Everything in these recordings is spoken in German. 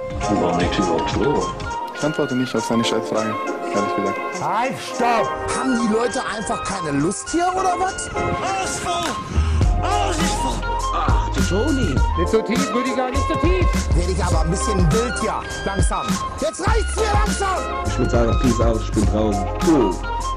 Warum liegt hier überhaupt Stroh? Ich antworte nicht auf seine Scheißfrage, ehrlich gesagt. Halt, stopp! Haben die Leute einfach keine Lust hier, oder was? Ach, du Toni. Nicht so tief, Rüdiger, nicht so tief. Werde ich aber ein bisschen wild hier. Langsam. Jetzt reicht's mir langsam! Ich würde sagen, Peace out, ich bin draußen. Cool.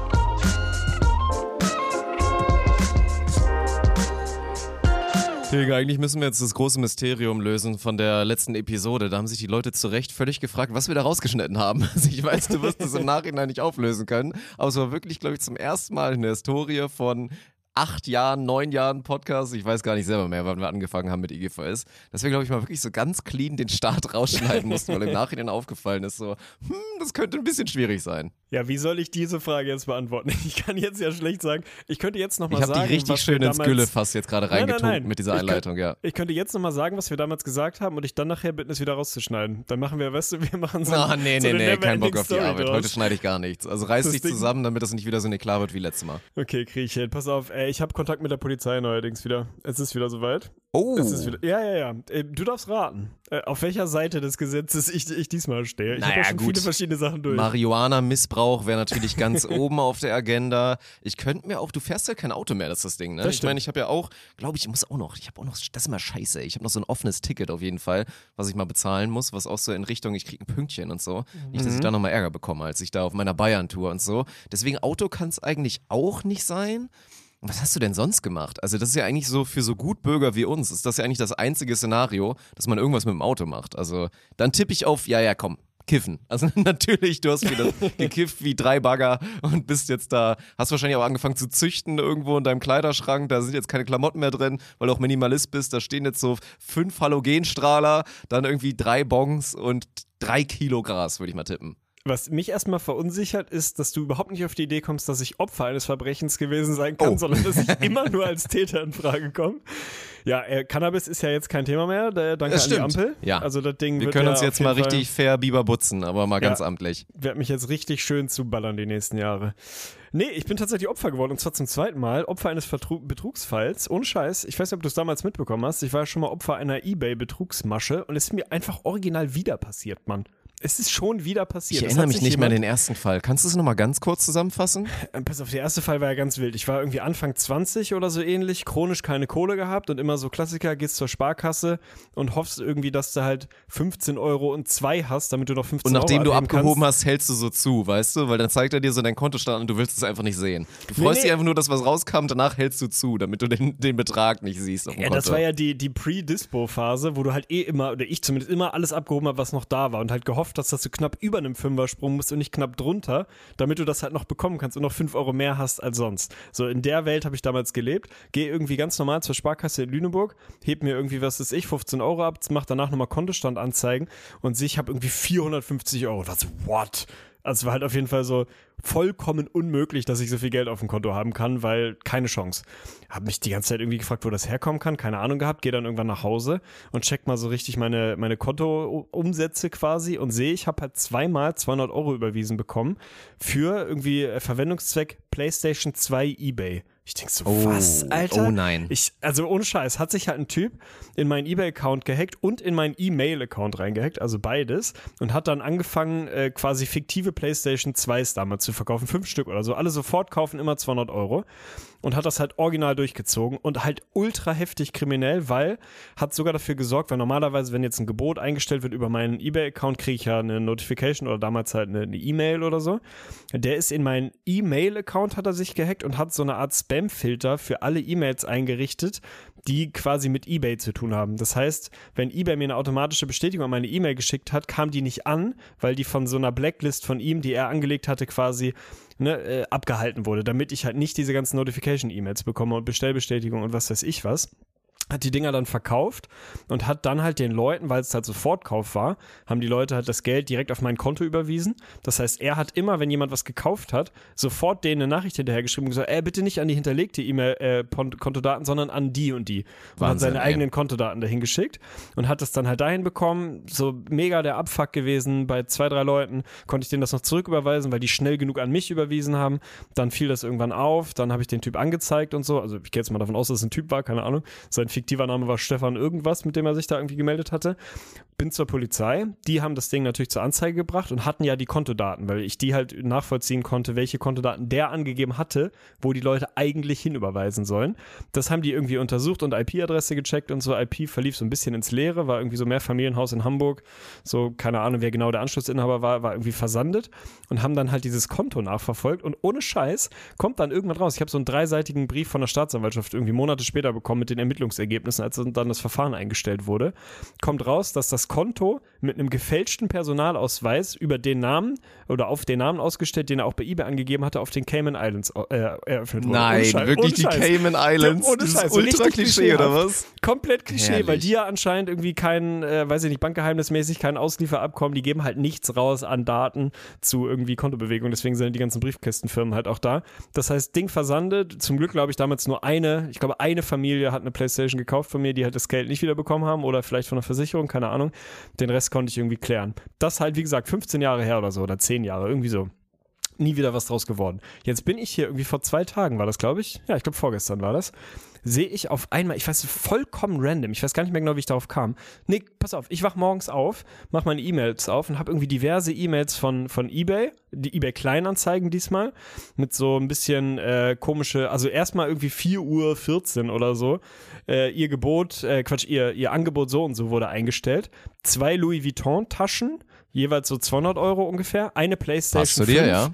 Hilge, eigentlich müssen wir jetzt das große Mysterium lösen von der letzten Episode. Da haben sich die Leute zu Recht völlig gefragt, was wir da rausgeschnitten haben. Also ich weiß, du wirst es im Nachhinein nicht auflösen können, aber es war wirklich, glaube ich, zum ersten Mal in der Historie von 8 Jahren, 9 Jahren Podcast, ich weiß gar nicht selber mehr, wann wir angefangen haben mit IGVS, dass wir, glaube ich, mal wirklich so ganz clean den Start rausschneiden mussten, weil im Nachhinein aufgefallen ist so, das könnte ein bisschen schwierig sein. Ja, wie soll ich diese Frage jetzt beantworten? Ich kann jetzt ja schlecht sagen, ich könnte jetzt nochmal sagen, ich habe die richtig schön ins Güllefass jetzt gerade reingetunkt mit dieser Einleitung, ja. Ich könnte jetzt nochmal sagen, was wir damals gesagt haben und dich dann nachher bitten, es wieder rauszuschneiden. Dann machen wir, weißt du, wir machen so nee, kein Bock auf die Story Arbeit. draus. Heute schneide ich gar nichts. Also reiß dich zusammen, damit das nicht wieder so klar wird wie letztes Mal. Okay, krieg ich hin. Pass auf, ich habe Kontakt mit der Polizei neuerdings wieder. Es ist wieder soweit. Oh. Es ist wieder, ja. Du darfst raten, auf welcher Seite des Gesetzes ich diesmal stehe. Ich habe ja schon viele verschiedene Sachen durch. Marihuana-Missbrauch wäre natürlich ganz oben auf der Agenda. Ich könnte mir auch, du fährst ja kein Auto mehr, das ist das Ding, ne? Ich meine, ich habe ja auch, glaube ich, ich habe auch noch, das ist immer scheiße, ich habe noch so ein offenes Ticket auf jeden Fall, was ich mal bezahlen muss, was auch so in Richtung, ich kriege ein Pünktchen und so. Nicht, dass ich da nochmal Ärger bekomme, als ich da auf meiner Bayern-Tour und so. Deswegen Auto kann es eigentlich auch nicht sein. Was hast du denn sonst gemacht? Also das ist ja eigentlich so, für so Gutbürger wie uns, ist das ja eigentlich das einzige Szenario, dass man irgendwas mit dem Auto macht. Also dann tippe ich auf, ja, komm, kiffen. Also natürlich, du hast wieder gekifft wie 3 Bagger und bist jetzt da, hast wahrscheinlich auch angefangen zu züchten irgendwo in deinem Kleiderschrank, da sind jetzt keine Klamotten mehr drin, weil du auch Minimalist bist, da stehen jetzt so 5 Halogenstrahler, dann irgendwie 3 Bongs und 3 Kilo Gras, würde ich mal tippen. Was mich erstmal verunsichert ist, dass du überhaupt nicht auf die Idee kommst, dass ich Opfer eines Verbrechens gewesen sein kann, sondern dass ich immer nur als Täter in Frage komme. Ja, Cannabis ist ja jetzt kein Thema mehr, danke an die Ampel. Ja. Also das Ding Wir wird können ja uns jetzt mal richtig fair Biber butzen, aber mal ganz amtlich. Werd mich jetzt richtig schön zuballern die nächsten Jahre. Nee, ich bin tatsächlich Opfer geworden und zwar zum zweiten Mal. Opfer eines Betrugsfalls. Ohne Scheiß. Ich weiß nicht, ob du es damals mitbekommen hast. Ich war ja schon mal Opfer einer eBay-Betrugsmasche und es ist mir einfach original wieder passiert, Mann. Es ist schon wieder passiert. Ich erinnere mich nicht mehr an den ersten Fall. Kannst du es nochmal ganz kurz zusammenfassen? Pass auf, der erste Fall war ja ganz wild. Ich war irgendwie Anfang 20 oder so ähnlich, chronisch keine Kohle gehabt und immer so Klassiker, gehst zur Sparkasse und hoffst irgendwie, dass du halt 15 Euro und 2 hast, damit du noch 15 Euro Und nachdem du abgehoben kannst. hast, hältst du so zu, weißt du? Weil dann zeigt er dir so deinen Kontostand und du willst es einfach nicht sehen. Du freust dich einfach nur, dass was rauskam, danach hältst du zu, damit du den Betrag nicht siehst auf dem Konto. Das war ja die Pre-Dispo-Phase, wo du halt immer, oder ich zumindest immer alles abgehoben habe, was noch da war und halt gehofft hast, dass du knapp über einem Fünfer-Sprung musst und nicht knapp drunter, damit du das halt noch bekommen kannst und noch 5 Euro mehr hast als sonst. So, in der Welt habe ich damals gelebt, gehe irgendwie ganz normal zur Sparkasse in Lüneburg, heb mir irgendwie, was weiß ich, 15 Euro ab, mach danach nochmal Kontostand anzeigen und sehe, ich habe irgendwie 450 Euro. Was, what? Also es war halt auf jeden Fall so vollkommen unmöglich, dass ich so viel Geld auf dem Konto haben kann, weil keine Chance. Hab mich die ganze Zeit irgendwie gefragt, wo das herkommen kann, keine Ahnung gehabt, gehe dann irgendwann nach Hause und check mal so richtig meine Kontoumsätze quasi und sehe, ich habe halt 2-mal 200 Euro überwiesen bekommen für irgendwie Verwendungszweck PlayStation 2 eBay. Ich denk so, was, Alter? Oh nein. Also ohne Scheiß, hat sich halt ein Typ in meinen eBay-Account gehackt und in meinen E-Mail-Account reingehackt, also beides, und hat dann angefangen, quasi fiktive PlayStation 2s damals zu verkaufen, 5 Stück oder so, alle sofort kaufen, immer 200 Euro. Und hat das halt original durchgezogen und halt ultra heftig kriminell, weil hat sogar dafür gesorgt, weil normalerweise, wenn jetzt ein Gebot eingestellt wird über meinen eBay-Account, kriege ich ja eine Notification oder damals halt eine E-Mail oder so. Der ist in meinen E-Mail-Account, hat er sich gehackt und hat so eine Art Spam-Filter für alle E-Mails eingerichtet, die quasi mit eBay zu tun haben. Das heißt, wenn eBay mir eine automatische Bestätigung an meine E-Mail geschickt hat, kam die nicht an, weil die von so einer Blacklist von ihm, die er angelegt hatte, quasi abgehalten wurde, damit ich halt nicht diese ganzen Notification-E-Mails bekomme und Bestellbestätigung und was weiß ich was. Hat die Dinger dann verkauft und hat dann halt den Leuten, weil es halt Sofortkauf war, haben die Leute halt das Geld direkt auf mein Konto überwiesen. Das heißt, er hat immer, wenn jemand was gekauft hat, sofort denen eine Nachricht hinterhergeschrieben und gesagt, bitte nicht an die hinterlegte E-Mail, Kontodaten, sondern an die und die. Und hat seine eigenen Kontodaten dahin geschickt und hat das dann halt dahin bekommen. So mega der Abfuck gewesen. Bei 2, 3 Leuten konnte ich denen das noch zurücküberweisen, weil die schnell genug an mich überwiesen haben. Dann fiel das irgendwann auf. Dann habe ich den Typ angezeigt und so. Also ich gehe jetzt mal davon aus, dass es ein Typ war, keine Ahnung. Sein fiktiver Name war Stefan irgendwas, mit dem er sich da irgendwie gemeldet hatte. Bin zur Polizei, die haben das Ding natürlich zur Anzeige gebracht und hatten ja die Kontodaten, weil ich die halt nachvollziehen konnte, welche Kontodaten der angegeben hatte, wo die Leute eigentlich hinüberweisen sollen. Das haben die irgendwie untersucht und IP-Adresse gecheckt und so. IP verlief so ein bisschen ins Leere, war irgendwie so Mehrfamilienhaus in Hamburg, so keine Ahnung, wer genau der Anschlussinhaber war irgendwie versandet und haben dann halt dieses Konto nachverfolgt und ohne Scheiß kommt dann irgendwann raus. Ich habe so einen 3-seitigen Brief von der Staatsanwaltschaft irgendwie Monate später bekommen mit den Ermittlungsergebnissen, als dann das Verfahren eingestellt wurde. Kommt raus, dass das Konto mit einem gefälschten Personalausweis über den Namen oder auf den Namen ausgestellt, den er auch bei eBay angegeben hatte, auf den Cayman Islands eröffnet wurde. Nein, wirklich die Cayman Islands? Ohne Scheiß. Das ist ultra Klischee, oder was? Komplett Klischee, Herrlich. weil die ja anscheinend irgendwie kein, weiß ich nicht, bankgeheimnismäßig kein Auslieferabkommen, die geben halt nichts raus an Daten zu irgendwie Kontobewegungen, deswegen sind die ganzen Briefkästenfirmen halt auch da. Das heißt, Ding versandet, zum Glück glaube ich damals nur eine Familie hat eine Playstation gekauft von mir, die halt das Geld nicht wieder bekommen haben oder vielleicht von der Versicherung, keine Ahnung. Den Rest konnte ich irgendwie klären. Das halt, wie gesagt, 15 Jahre her oder so oder 10 Jahre, irgendwie so. Nie wieder was draus geworden. Jetzt bin ich hier irgendwie vor 2 Tagen, war das, glaube ich? Ja, ich glaube vorgestern war das. Sehe ich auf einmal, ich weiß, vollkommen random, ich weiß gar nicht mehr genau, wie ich darauf kam. Nee, pass auf, ich wach morgens auf, mach meine E-Mails auf und habe irgendwie diverse E-Mails von eBay, die eBay-Kleinanzeigen diesmal, mit so ein bisschen komische, also erstmal irgendwie 4:14 Uhr oder so, ihr Angebot so und so wurde eingestellt. 2 Louis Vuitton-Taschen, jeweils so 200 € ungefähr, eine PlayStation 5,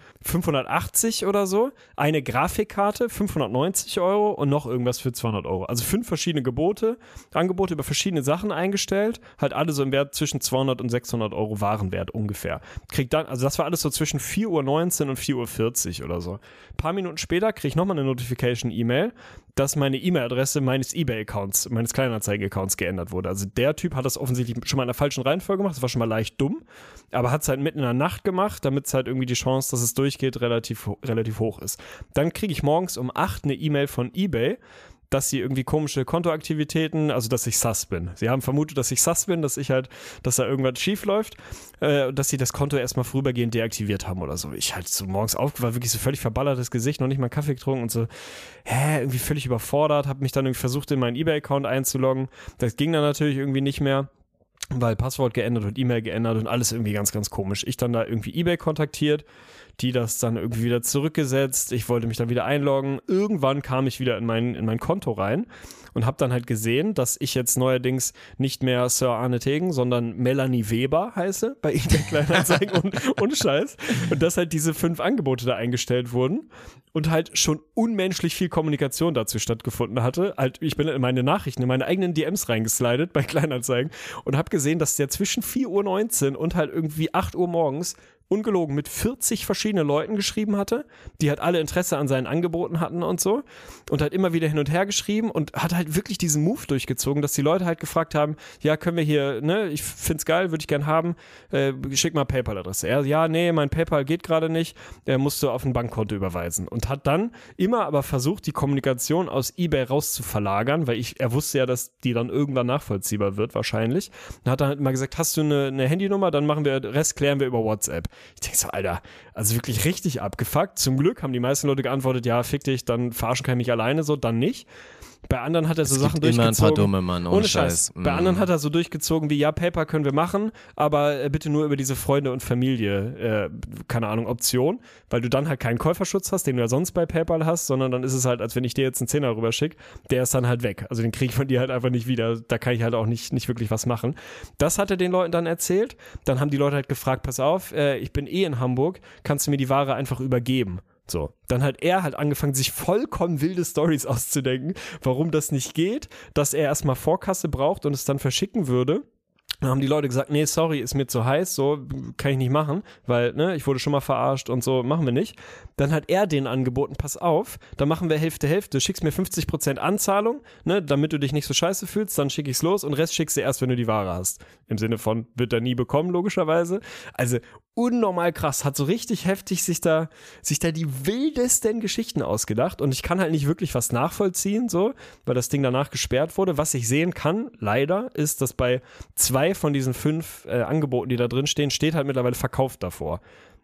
580 oder so, eine Grafikkarte, 590 € und noch irgendwas für 200 €. Also 5 verschiedene Angebote über verschiedene Sachen eingestellt, halt alle so im Wert zwischen 200 und 600 € Warenwert ungefähr. Krieg dann, also das war alles so zwischen 4:19 Uhr und 4:40 Uhr oder so. Ein paar Minuten später kriege ich nochmal eine Notification-E-Mail, dass meine E-Mail-Adresse meines eBay-Accounts, meines Kleinanzeigen-Accounts geändert wurde. Also der Typ hat das offensichtlich schon mal in der falschen Reihenfolge gemacht, das war schon mal leicht dumm, aber hat es halt mitten in der Nacht gemacht, damit es halt irgendwie die Chance, dass es durchgeht, relativ hoch ist. Dann kriege ich morgens um 8 eine E-Mail von eBay, dass sie irgendwie komische Kontoaktivitäten, also dass ich sus bin. Sie haben vermutet, dass ich sus bin, dass da irgendwas schief läuft, dass sie das Konto erstmal vorübergehend deaktiviert haben oder so. Ich halt so morgens aufgewacht, wirklich so völlig verballertes Gesicht, noch nicht mal Kaffee getrunken und so, irgendwie völlig überfordert, habe mich dann irgendwie versucht, in meinen eBay-Account einzuloggen. Das ging dann natürlich irgendwie nicht mehr, weil Passwort geändert und E-Mail geändert und alles irgendwie ganz, ganz komisch. Ich dann da irgendwie eBay kontaktiert, die das dann irgendwie wieder zurückgesetzt. Ich wollte mich dann wieder einloggen. Irgendwann kam ich wieder in mein Konto rein und habe dann halt gesehen, dass ich jetzt neuerdings nicht mehr Sir Arne Tegen, sondern Melanie Weber heiße bei eBay Kleinanzeigen und Scheiß. Und dass halt diese 5 Angebote da eingestellt wurden und halt schon unmenschlich viel Kommunikation dazu stattgefunden hatte. Halt, ich bin in meine Nachrichten, in meine eigenen DMs reingeslidet bei Kleinanzeigen und habe gesehen, dass der zwischen 4:19 Uhr und halt irgendwie 8 Uhr morgens ungelogen mit 40 verschiedenen Leuten geschrieben hatte, die halt alle Interesse an seinen Angeboten hatten und so und halt immer wieder hin und her geschrieben und hat halt wirklich diesen Move durchgezogen, dass die Leute halt gefragt haben, ja, können wir hier, ne, ich find's geil, würde ich gern haben, schick mal PayPal-Adresse. Ja, nee, mein PayPal geht gerade nicht, musst du auf ein Bankkonto überweisen und hat dann immer aber versucht, die Kommunikation aus eBay raus zu verlagern, weil er wusste ja, dass die dann irgendwann nachvollziehbar wird wahrscheinlich und hat dann halt immer gesagt, hast du eine Handynummer, dann machen wir, Rest klären wir über WhatsApp. Ich denke so, Alter, also wirklich richtig abgefuckt. Zum Glück haben die meisten Leute geantwortet, ja, fick dich, dann verarschen kann ich mich alleine so, dann nicht. Bei anderen hat er so Sachen durchgezogen. Immer ein paar dumme Mann, ohne Scheiß. Bei anderen hat er so durchgezogen wie, ja, PayPal können wir machen, aber bitte nur über diese Freunde und Familie, keine Ahnung, Option, weil du dann halt keinen Käuferschutz hast, den du ja sonst bei PayPal hast, sondern dann ist es halt, als wenn ich dir jetzt einen 10er rüberschicke, der ist dann halt weg. Also den kriege ich von dir halt einfach nicht wieder, da kann ich halt auch nicht wirklich was machen. Das hat er den Leuten dann erzählt, dann haben die Leute halt gefragt, pass auf, ich bin in Hamburg, kannst du mir die Ware einfach übergeben? So, dann hat er halt angefangen, sich vollkommen wilde Storys auszudenken, warum das nicht geht, dass er erstmal Vorkasse braucht und es dann verschicken würde. Dann haben die Leute gesagt, nee, sorry, ist mir zu heiß, so kann ich nicht machen, weil, ne, ich wurde schon mal verarscht und so, machen wir nicht. Dann hat er denen angeboten, pass auf, dann machen wir Hälfte, schickst mir 50% Anzahlung, ne, damit du dich nicht so scheiße fühlst, dann schick ich's los und Rest schickst du erst, wenn du die Ware hast. Im Sinne von, wird er nie bekommen, logischerweise. Also unnormal krass, hat so richtig heftig sich da die wildesten Geschichten ausgedacht und ich kann halt nicht wirklich was nachvollziehen, so, weil das Ding danach gesperrt wurde. Was ich sehen kann, leider, ist, dass bei 2 von diesen 5 Angeboten, die da drin stehen, steht halt mittlerweile verkauft davor.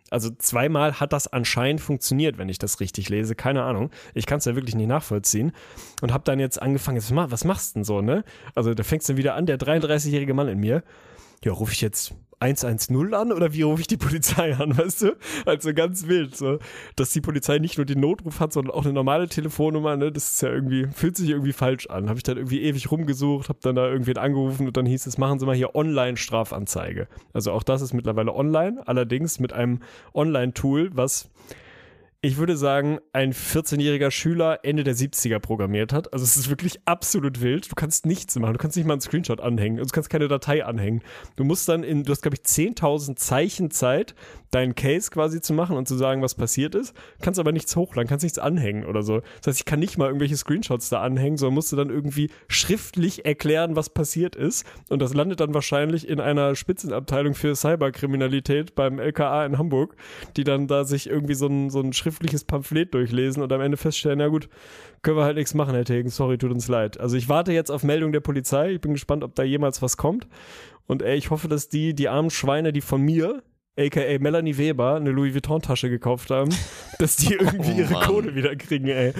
Also zweimal hat das anscheinend funktioniert, wenn ich das richtig lese. Keine Ahnung. Ich kann es ja wirklich nicht nachvollziehen. Und habe dann jetzt angefangen, was machst du denn so, ne? Also da fängst du wieder an, der 33-jährige Mann in mir. Ja, rufe ich jetzt 110 an oder wie rufe ich die Polizei an, weißt du? Also ganz wild, so, dass die Polizei nicht nur den Notruf hat, sondern auch eine normale Telefonnummer, ne? Das ist ja irgendwie, fühlt sich irgendwie falsch an. Habe ich dann irgendwie ewig rumgesucht, habe dann da irgendwen angerufen und dann hieß es, machen Sie mal hier Online-Strafanzeige. Also auch das ist mittlerweile online, allerdings mit einem Online-Tool, was ich würde sagen, ein 14-jähriger Schüler Ende der 70er programmiert hat. Also es ist wirklich absolut wild. Du kannst nichts machen. Du kannst nicht mal einen Screenshot anhängen. Also du kannst keine Datei anhängen. Du musst dann du hast, glaube ich, 10.000 Zeichen Zeit, deinen Case quasi zu machen und zu sagen, was passiert ist. Kannst aber nichts hochladen, kannst nichts anhängen oder so. Das heißt, ich kann nicht mal irgendwelche Screenshots da anhängen, sondern musst du dann irgendwie schriftlich erklären, was passiert ist. Und das landet dann wahrscheinlich in einer Spitzenabteilung für Cyberkriminalität beim LKA in Hamburg, die dann da sich irgendwie so ein schriftliches Pamphlet durchlesen und am Ende feststellen, na gut, können wir halt nichts machen, Herr Tegen, sorry, tut uns leid. Also ich warte jetzt auf Meldung der Polizei, ich bin gespannt, ob da jemals was kommt und ich hoffe, dass die armen Schweine, die von mir, a.k.a. Melanie Weber, eine Louis Vuitton-Tasche gekauft haben, dass die irgendwie ihre Kohle wieder kriegen, ey.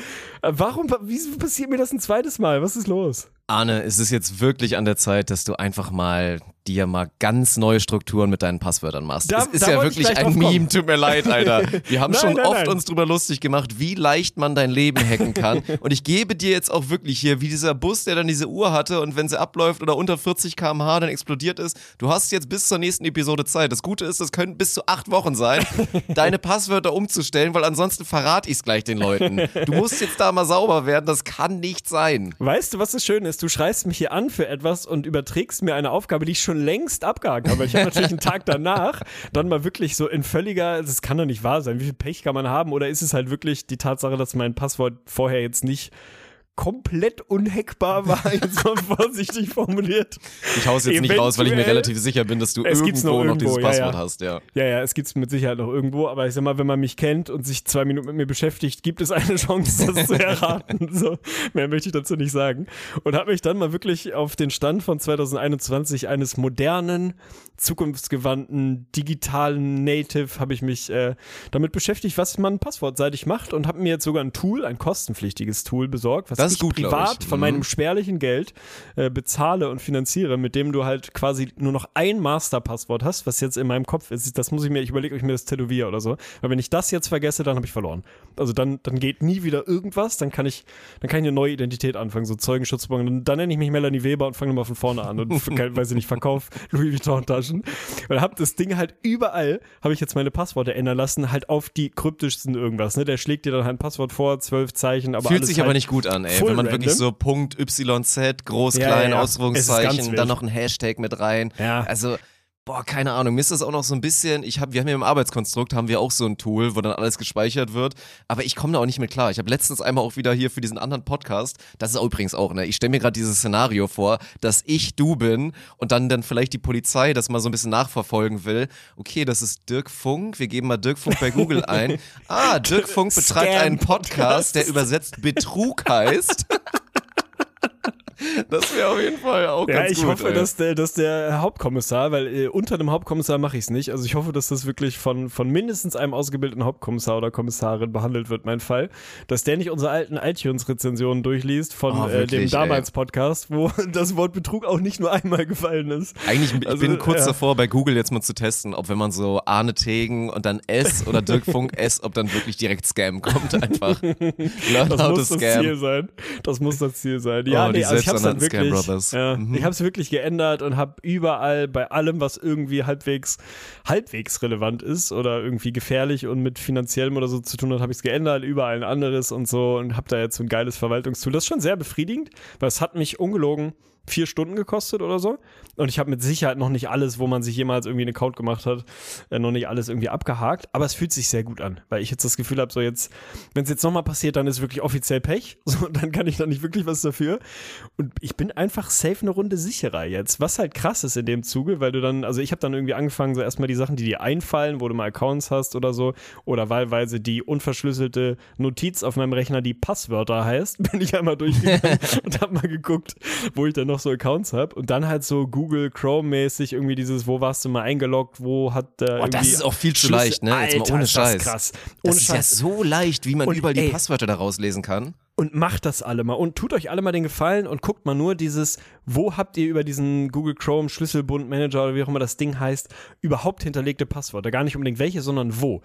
Wieso passiert mir das ein zweites Mal? Was ist los? Arne, es ist jetzt wirklich an der Zeit, dass du einfach mal dir mal ganz neue Strukturen mit deinen Passwörtern machst. Es ist ja wirklich ein Meme, tut mir leid, Alter. Wir haben schon oft uns drüber lustig gemacht, wie leicht man dein Leben hacken kann. Und ich gebe dir jetzt auch wirklich hier, wie dieser Bus, der dann diese Uhr hatte und wenn sie abläuft oder unter 40 km/h dann explodiert ist, du hast jetzt bis zur nächsten Episode Zeit. Das Gute ist, das können bis zu 8 Wochen sein, deine Passwörter umzustellen, weil ansonsten verrate ich es gleich den Leuten. Du musst jetzt da mal sauber werden, das kann nicht sein. Weißt du, was das Schöne ist? Du schreist mich hier an für etwas und überträgst mir eine Aufgabe, die ich schon längst abgehakt habe. Ich habe natürlich einen Tag danach dann mal wirklich so in völliger, das kann doch nicht wahr sein, wie viel Pech kann man haben oder ist es halt wirklich die Tatsache, dass mein Passwort vorher jetzt nicht komplett unhackbar war, jetzt mal vorsichtig formuliert. Ich hau's jetzt nicht raus, weil ich mir relativ sicher bin, dass du irgendwo noch dieses Passwort hast, ja. Ja, es gibt's mit Sicherheit noch irgendwo, aber ich sag mal, wenn man mich kennt und sich 2 Minuten mit mir beschäftigt, gibt es eine Chance, das zu erraten. So, mehr möchte ich dazu nicht sagen. Und habe mich dann mal wirklich auf den Stand von 2021 eines modernen, zukunftsgewandten, digitalen Native habe ich mich damit beschäftigt, was man passwortseitig macht und habe mir jetzt sogar ein Tool, ein kostenpflichtiges Tool besorgt, was ich privat von meinem spärlichen Geld bezahle und finanziere, mit dem du halt quasi nur noch ein Masterpasswort hast, was jetzt in meinem Kopf ist. Das muss ich überlege, ob ich mir das tätowiere oder so. Weil wenn ich das jetzt vergesse, dann habe ich verloren. Also dann geht nie wieder irgendwas, dann kann ich eine neue Identität anfangen, so Zeugenschutzbon. Dann nenne ich mich Melanie Weber und fange nochmal von vorne an und weiß ich nicht, verkauf Louis Vuitton-Taschen. Und habe das Ding halt überall, habe ich jetzt meine Passworte ändern lassen, halt auf die kryptischsten irgendwas. Ne? Der schlägt dir dann halt ein Passwort vor, 12 Zeichen, aber fühlt alles sich halt aber nicht gut an, ey. Wenn man wirklich so Punkt YZ, groß, klein, Ausrufungszeichen, dann noch ein Hashtag mit rein. Ja. Also, keine Ahnung, mir ist das auch noch so ein bisschen, wir haben ja im Arbeitskonstrukt, haben wir auch so ein Tool, wo dann alles gespeichert wird, aber ich komme da auch nicht mit klar. Ich habe letztens einmal auch wieder hier für diesen anderen Podcast, das ist auch übrigens auch, ne, ich stelle mir gerade dieses Szenario vor, dass ich du bin und dann vielleicht die Polizei das mal so ein bisschen nachverfolgen will. Okay, das ist Dirk Funk, wir geben mal Dirk Funk bei Google ein. Dirk Funk betreibt einen Podcast, der übersetzt Betrug heißt. Das wäre auf jeden Fall auch ganz gut. Ja, ich hoffe, dass der Hauptkommissar, weil unter einem Hauptkommissar mache ich es nicht, also ich hoffe, dass das wirklich von mindestens einem ausgebildeten Hauptkommissar oder Kommissarin behandelt wird, mein Fall, dass der nicht unsere alten iTunes-Rezensionen durchliest von dem damals Podcast, wo das Wort Betrug auch nicht nur einmal gefallen ist. Eigentlich, ich bin kurz davor, bei Google jetzt mal zu testen, ob wenn man so Arne Tegen und dann S oder Dirk Funk S, ob dann wirklich direkt Scam kommt einfach. Das muss das Ziel sein. Das muss das Ziel sein. Ja, nee, also ich hab's dann wirklich, ich habe es wirklich geändert und habe überall bei allem, was irgendwie halbwegs relevant ist oder irgendwie gefährlich und mit finanziellem oder so zu tun hat, habe ich es geändert, überall ein anderes und so und habe da jetzt so ein geiles Verwaltungstool. Das ist schon sehr befriedigend, weil es hat mich ungelogen 4 Stunden gekostet oder so. Und ich habe mit Sicherheit noch nicht alles, wo man sich jemals irgendwie einen Account gemacht hat, noch nicht alles irgendwie abgehakt. Aber es fühlt sich sehr gut an, weil ich jetzt das Gefühl habe, so jetzt, wenn es jetzt nochmal passiert, dann ist wirklich offiziell Pech. So, dann kann ich da nicht wirklich was dafür. Und ich bin einfach safe eine Runde sicherer jetzt. Was halt krass ist in dem Zuge, weil du dann, also ich habe dann irgendwie angefangen, so erstmal die Sachen, die dir einfallen, wo du mal Accounts hast oder so, oder wahlweise die unverschlüsselte Notiz auf meinem Rechner, die Passwörter heißt, bin ich einmal durchgegangen und habe mal geguckt, wo ich dann noch noch so Accounts habe und dann halt so Google Chrome-mäßig irgendwie dieses, wo warst du mal eingeloggt, wo hat der irgendwie... das ist auch viel zu leicht, ne? Alter, jetzt mal ohne Scheiß. Das ist krass. Das ist ja so leicht, wie man überall die Passwörter da rauslesen kann. Und macht das alle mal und tut euch alle mal den Gefallen und guckt mal nur dieses, wo habt ihr über diesen Google Chrome Schlüsselbund Manager oder wie auch immer das Ding heißt, überhaupt hinterlegte Passwörter. Gar nicht unbedingt welche, sondern wo.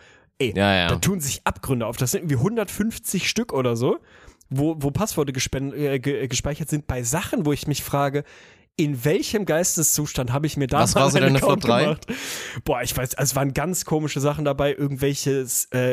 Da tun sich Abgründe auf. Das sind irgendwie 150 Stück oder so, wo Passwörter gespeichert sind bei Sachen, wo ich mich frage, in welchem Geisteszustand habe ich mir da Was war so deine Flop 3? Gemacht? Boah, ich weiß, also es waren ganz komische Sachen dabei, irgendwelche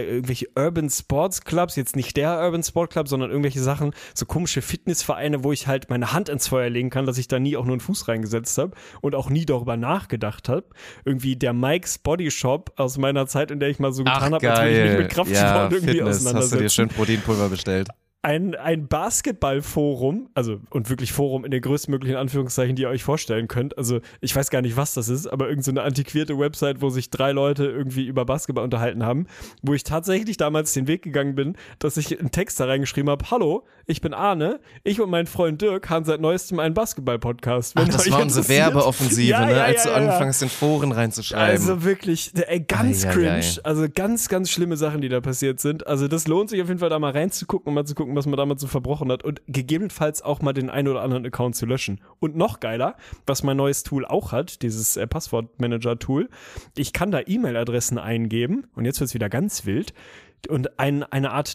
Urban Sports Clubs, jetzt nicht der Urban Sport Club, sondern irgendwelche Sachen, so komische Fitnessvereine, wo ich halt meine Hand ins Feuer legen kann, dass ich da nie auch nur einen Fuß reingesetzt habe und auch nie darüber nachgedacht habe. Irgendwie der Mike's Body Shop aus meiner Zeit, in der ich mal so getan habe, als wenn ich mich mit Kraftsport irgendwie Fitness. auseinandersetze. Hast du dir schön Proteinpulver bestellt? Ein Basketballforum, also und wirklich Forum in den größtmöglichen Anführungszeichen, die ihr euch vorstellen könnt. Also ich weiß gar nicht, was das ist, aber irgend so eine antiquierte Website, wo sich 3 Leute irgendwie über Basketball unterhalten haben, wo ich tatsächlich damals den Weg gegangen bin, dass ich einen Text da reingeschrieben habe, hallo, ich bin Arne, ich und mein Freund Dirk haben seit neuestem einen Basketball-Podcast. Ach, das war unsere Werbeoffensive, als du angefangen hast, in Foren reinzuschreiben. Also wirklich, ganz cringe, also ganz, ganz schlimme Sachen, die da passiert sind. Also das lohnt sich auf jeden Fall, da mal reinzugucken und mal zu gucken, was man damals so verbrochen hat und gegebenenfalls auch mal den einen oder anderen Account zu löschen. Und noch geiler, was mein neues Tool auch hat, dieses Passwortmanager-Tool, ich kann da E-Mail-Adressen eingeben und jetzt wird es wieder ganz wild und eine Art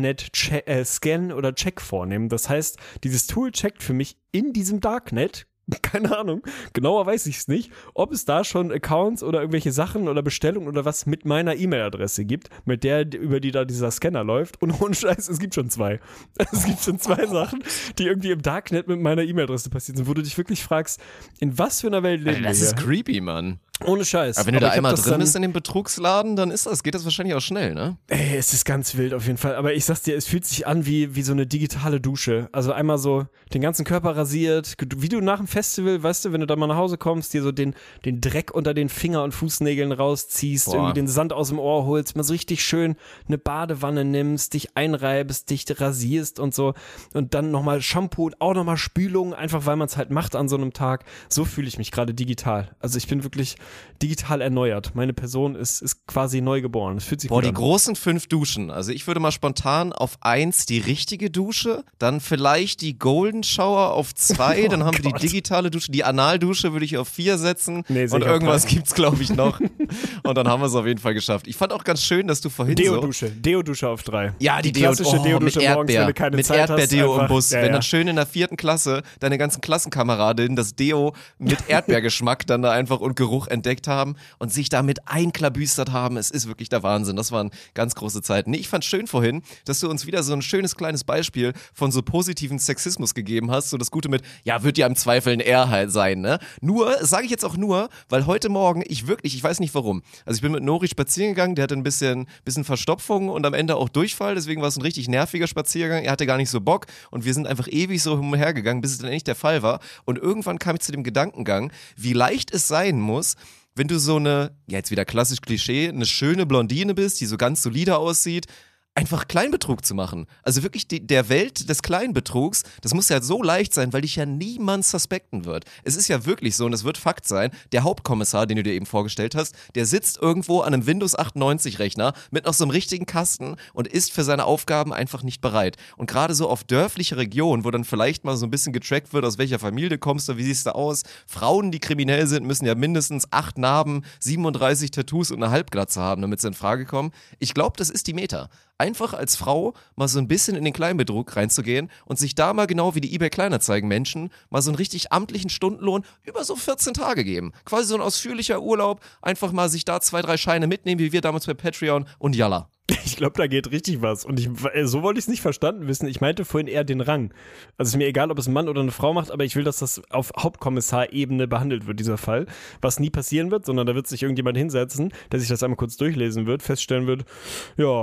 Darknet-Scan oder Check vornehmen. Das heißt, dieses Tool checkt für mich in diesem Darknet, keine Ahnung, genauer weiß ich es nicht, ob es da schon Accounts oder irgendwelche Sachen oder Bestellungen oder was mit meiner E-Mail-Adresse gibt, mit der, über die da dieser Scanner läuft. Und ohne Scheiß, es gibt schon 2. Es gibt schon 2 Sachen, die irgendwie im Darknet mit meiner E-Mail-Adresse passiert sind, wo du dich wirklich fragst, in was für einer Welt leben wir hier? Das ist creepy, Mann. Ohne Scheiß. Aber wenn du da einmal drin bist in dem Betrugsladen, dann geht das wahrscheinlich auch schnell, ne? Es ist ganz wild auf jeden Fall. Aber ich sag's dir, es fühlt sich an wie so eine digitale Dusche. Also einmal so den ganzen Körper rasiert, wie du nach dem Festival, weißt du, wenn du da mal nach Hause kommst, dir so den Dreck unter den Finger- und Fußnägeln rausziehst, irgendwie den Sand aus dem Ohr holst, mal so richtig schön eine Badewanne nimmst, dich einreibst, dich rasierst und so. Und dann nochmal Shampoo und auch nochmal Spülung, einfach weil man es halt macht an so einem Tag. So fühle ich mich gerade digital. Also ich bin wirklich digital erneuert. Meine Person ist quasi neu geboren. Es fühlt sich gut die an. großen 5 Duschen. Also ich würde mal spontan auf 1 die richtige Dusche, dann vielleicht die Golden Shower auf 2, dann haben wir die digitale Dusche, die Analdusche würde ich auf 4 setzen und irgendwas gibt's, glaube ich, noch. Und dann haben wir es auf jeden Fall geschafft. Ich fand auch ganz schön, dass du vorhin Deodusche auf 3. Ja, die klassische Deodusche mit morgens, wenn du keine Zeit hast. Mit Erdbeerdeo im Bus. Ja, wenn dann schön in der 4. Klasse deine ganzen Klassenkameradinnen das Deo mit Erdbeergeschmack dann da einfach und Geruch entdeckt haben und sich damit einklabüstert haben. Es ist wirklich der Wahnsinn. Das waren ganz große Zeiten. Ich fand schön vorhin, dass du uns wieder so ein schönes kleines Beispiel von so positiven Sexismus gegeben hast. So das Gute mit, ja, wird ja im Zweifel ein R halt sein, ne? Nur, sage ich jetzt auch nur, weil heute Morgen ich weiß nicht warum. Also ich bin mit Nori spazieren gegangen, der hatte ein bisschen Verstopfung und am Ende auch Durchfall, deswegen war es ein richtig nerviger Spaziergang. Er hatte gar nicht so Bock und wir sind einfach ewig so umhergegangen, bis es dann endlich der Fall war. Und irgendwann kam ich zu dem Gedankengang, wie leicht es sein muss, wenn du so eine, ja jetzt wieder klassisch Klischee, eine schöne Blondine bist, die so ganz solide aussieht, einfach Kleinbetrug zu machen. Also wirklich der Welt des Kleinbetrugs, das muss ja so leicht sein, weil dich ja niemand suspekten wird. Es ist ja wirklich so, und es wird Fakt sein, der Hauptkommissar, den du dir eben vorgestellt hast, der sitzt irgendwo an einem Windows 98 Rechner mit noch so einem richtigen Kasten und ist für seine Aufgaben einfach nicht bereit. Und gerade so auf dörfliche Regionen, wo dann vielleicht mal so ein bisschen getrackt wird, aus welcher Familie kommst du, wie siehst du aus, Frauen, die kriminell sind, müssen ja mindestens 8 Narben, 37 Tattoos und eine Halbglatze haben, damit sie in Frage kommen. Ich glaube, das ist die Meta. Einfach als Frau mal so ein bisschen in den Kleinbetrug reinzugehen und sich da mal genau wie die eBay-Kleinanzeigen-Menschen mal so einen richtig amtlichen Stundenlohn über so 14 Tage geben. Quasi so ein ausführlicher Urlaub, einfach mal sich da 2, 3 Scheine mitnehmen, wie wir damals bei Patreon und yalla. Ich glaube, da geht richtig was. Und so wollte ich es nicht verstanden wissen. Ich meinte vorhin eher den Rang. Also ist mir egal, ob es ein Mann oder eine Frau macht, aber ich will, dass das auf Hauptkommissar-Ebene behandelt wird, dieser Fall. Was nie passieren wird, sondern da wird sich irgendjemand hinsetzen, der sich das einmal kurz durchlesen wird, feststellen wird, ja,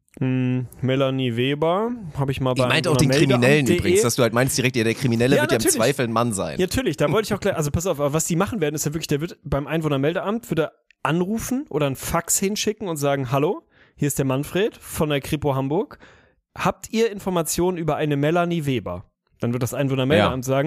Melanie Weber, habe ich mal bei. Ich meinte auch den Kriminellen übrigens, dass du halt meinst direkt, ja, der Kriminelle wird ja im Zweifel ein Mann sein. Ja, natürlich, da wollte ich auch gleich, also pass auf, aber was die machen werden, ist ja wirklich, der wird beim Einwohnermeldeamt, wird er anrufen oder ein Fax hinschicken und sagen, hallo, hier ist der Manfred von der Kripo Hamburg. Habt ihr Informationen über eine Melanie Weber? Dann wird das Einwohnermeldeamt sagen,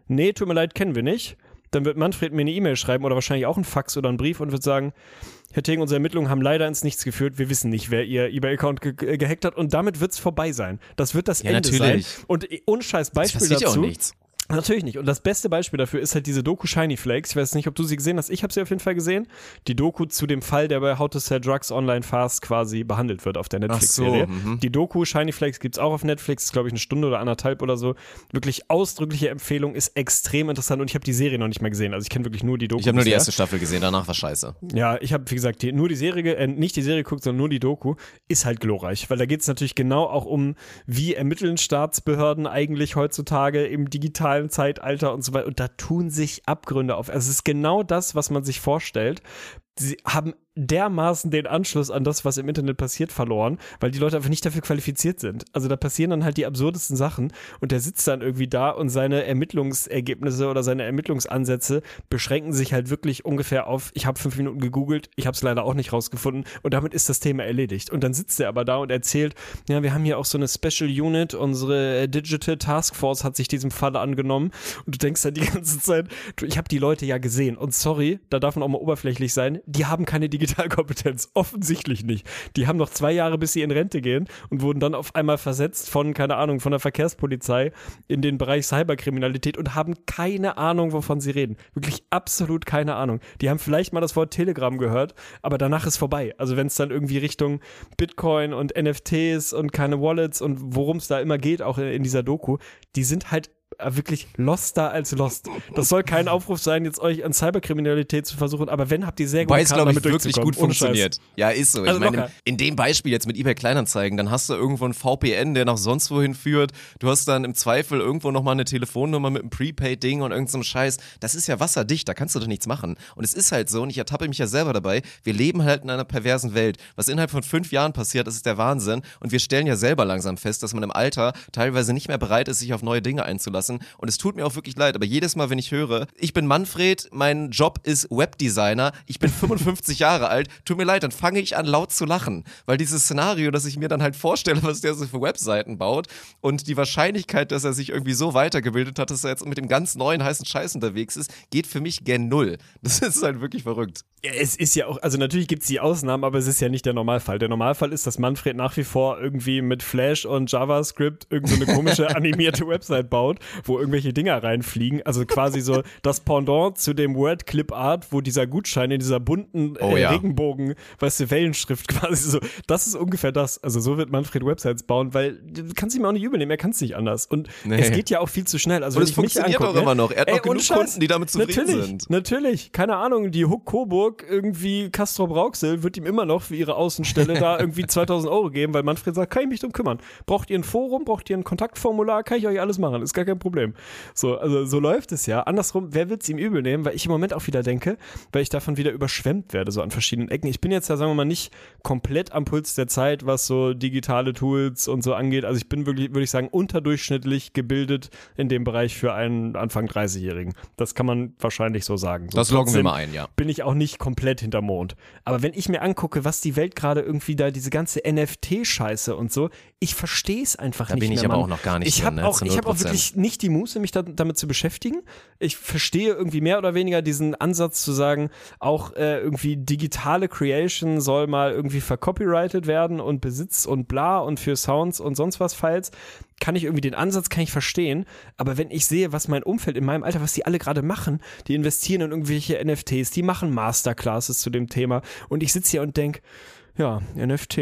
nee, tut mir leid, kennen wir nicht. Dann wird Manfred mir eine E-Mail schreiben oder wahrscheinlich auch einen Fax oder einen Brief und wird sagen, Herr Tegen, unsere Ermittlungen haben leider ins Nichts geführt. Wir wissen nicht, wer Ihr eBay-Account gehackt hat und damit wird es vorbei sein. Das wird das Ende sein. Und ohne scheiß Beispiel dazu. Auch nichts. Natürlich nicht. Und das beste Beispiel dafür ist halt diese Doku Shiny Flakes. Ich weiß nicht, ob du sie gesehen hast. Ich habe sie auf jeden Fall gesehen. Die Doku zu dem Fall, der bei How to Sell Drugs Online Fast quasi behandelt wird auf der Netflix-Serie. Die Doku Shiny Flakes gibt's auch auf Netflix. Ist, glaube ich, 1 Stunde oder 1,5 oder so. Wirklich ausdrückliche Empfehlung. Ist extrem interessant. Und ich habe die Serie noch nicht mal gesehen. Also ich kenne wirklich nur die Doku. Ich habe nur die erste Staffel gesehen. Danach war scheiße. Ja, ich habe, wie gesagt, nur die Serie, nicht die Serie geguckt, sondern nur die Doku. Ist halt glorreich. Weil da geht's natürlich genau auch um, wie ermitteln Staatsbehörden eigentlich heutzutage im digitalen Zeitalter und so weiter. Und da tun sich Abgründe auf. Also es ist genau das, was man sich vorstellt. Sie haben dermaßen den Anschluss an das, was im Internet passiert, verloren, weil die Leute einfach nicht dafür qualifiziert sind. Also da passieren dann halt die absurdesten Sachen und der sitzt dann irgendwie da und seine Ermittlungsergebnisse oder seine Ermittlungsansätze beschränken sich halt wirklich ungefähr auf, ich habe 5 Minuten gegoogelt, ich habe es leider auch nicht rausgefunden und damit ist das Thema erledigt. Und dann sitzt er aber da und erzählt, ja, wir haben hier auch so eine Special Unit, unsere Digital Task Force hat sich diesem Fall angenommen und du denkst dann die ganze Zeit, ich habe die Leute ja gesehen und sorry, da darf man auch mal oberflächlich sein, die haben keine Digitalkompetenz, offensichtlich nicht. Die haben noch 2 Jahre, bis sie in Rente gehen und wurden dann auf einmal versetzt von, keine Ahnung, von der Verkehrspolizei in den Bereich Cyberkriminalität und haben keine Ahnung, wovon sie reden. Wirklich absolut keine Ahnung. Die haben vielleicht mal das Wort Telegram gehört, aber danach ist vorbei. Also wenn es dann irgendwie Richtung Bitcoin und NFTs und keine Wallets und worum es da immer geht, auch in dieser Doku, die sind halt wirklich loster als lost. Das soll kein Aufruf sein, jetzt euch an Cyberkriminalität zu versuchen, aber wenn, habt ihr sehr gut Weil es, glaube ich, wirklich gut funktioniert. Ja, ist so. Also ich meine, in dem Beispiel jetzt mit eBay Kleinanzeigen, dann hast du irgendwo einen VPN, der nach sonst wohin führt. Du hast dann im Zweifel irgendwo nochmal eine Telefonnummer mit einem Prepaid-Ding und irgendeinem Scheiß. Das ist ja wasserdicht, da kannst du doch nichts machen. Und es ist halt so, und ich ertappe mich ja selber dabei, wir leben halt in einer perversen Welt. Was innerhalb von 5 Jahren passiert, das ist der Wahnsinn. Und wir stellen ja selber langsam fest, dass man im Alter teilweise nicht mehr bereit ist, sich auf neue Dinge einzulassen. Und es tut mir auch wirklich leid, aber jedes Mal, wenn ich höre, ich bin Manfred, mein Job ist Webdesigner, ich bin 55 Jahre alt, tut mir leid, dann fange ich an laut zu lachen, weil dieses Szenario, dass ich mir dann halt vorstelle, was der so für Webseiten baut und die Wahrscheinlichkeit, dass er sich irgendwie so weitergebildet hat, dass er jetzt mit dem ganz neuen heißen Scheiß unterwegs ist, geht für mich gen Null. Das ist halt wirklich verrückt. Ja, es ist ja auch, also natürlich gibt es die Ausnahmen, aber es ist ja nicht der Normalfall. Der Normalfall ist, dass Manfred nach wie vor irgendwie mit Flash und JavaScript irgendeine so komische animierte Website baut, wo irgendwelche Dinger reinfliegen. Also quasi so das Pendant zu dem Word Clip Art, wo dieser Gutschein in dieser bunten Regenbogen, weißt du, Wellenschrift quasi so. Das ist ungefähr das. Also so wird Manfred Websites bauen, weil du kannst ihm auch nicht übel nehmen, er kann es nicht anders. Und es geht ja auch viel zu schnell. Also und es funktioniert auch immer noch. Er hat noch genug Kunden, die damit zufrieden sind. Natürlich, keine Ahnung, die Huck Coburg irgendwie Castrop-Rauxel wird ihm immer noch für ihre Außenstelle da irgendwie 2.000 € geben, weil Manfred sagt, kann ich mich drum kümmern. Braucht ihr ein Forum, braucht ihr ein Kontaktformular, kann ich euch alles machen, ist gar kein Problem. So, also so läuft es ja. Andersrum, wer wird es ihm übel nehmen? Weil ich im Moment auch wieder denke, weil ich davon wieder überschwemmt werde, so an verschiedenen Ecken. Ich bin jetzt ja, sagen wir mal, nicht komplett am Puls der Zeit, was so digitale Tools und so angeht. Also ich bin wirklich, würde ich sagen, unterdurchschnittlich gebildet in dem Bereich für einen Anfang 30-Jährigen. Das kann man wahrscheinlich so sagen. So, das loggen wir mal ein, ja. Bin ich auch nicht komplett hinterm Mond. Aber wenn ich mir angucke, was die Welt gerade irgendwie da, diese ganze NFT-Scheiße und so, ich verstehe es einfach nicht mehr. Da bin ich aber auch noch gar nicht Ich habe auch wirklich nicht die Muße, mich damit zu beschäftigen. Ich verstehe irgendwie mehr oder weniger diesen Ansatz zu sagen, auch irgendwie digitale Creation soll mal irgendwie vercopyrighted werden und Besitz und bla und für Sounds und sonst was Files. Kann ich irgendwie den Ansatz, kann ich verstehen, aber wenn ich sehe, was mein Umfeld in meinem Alter, was die alle gerade machen, die investieren in irgendwelche NFTs, die machen Masterclasses zu dem Thema und ich sitze hier und denke, ja, NFT.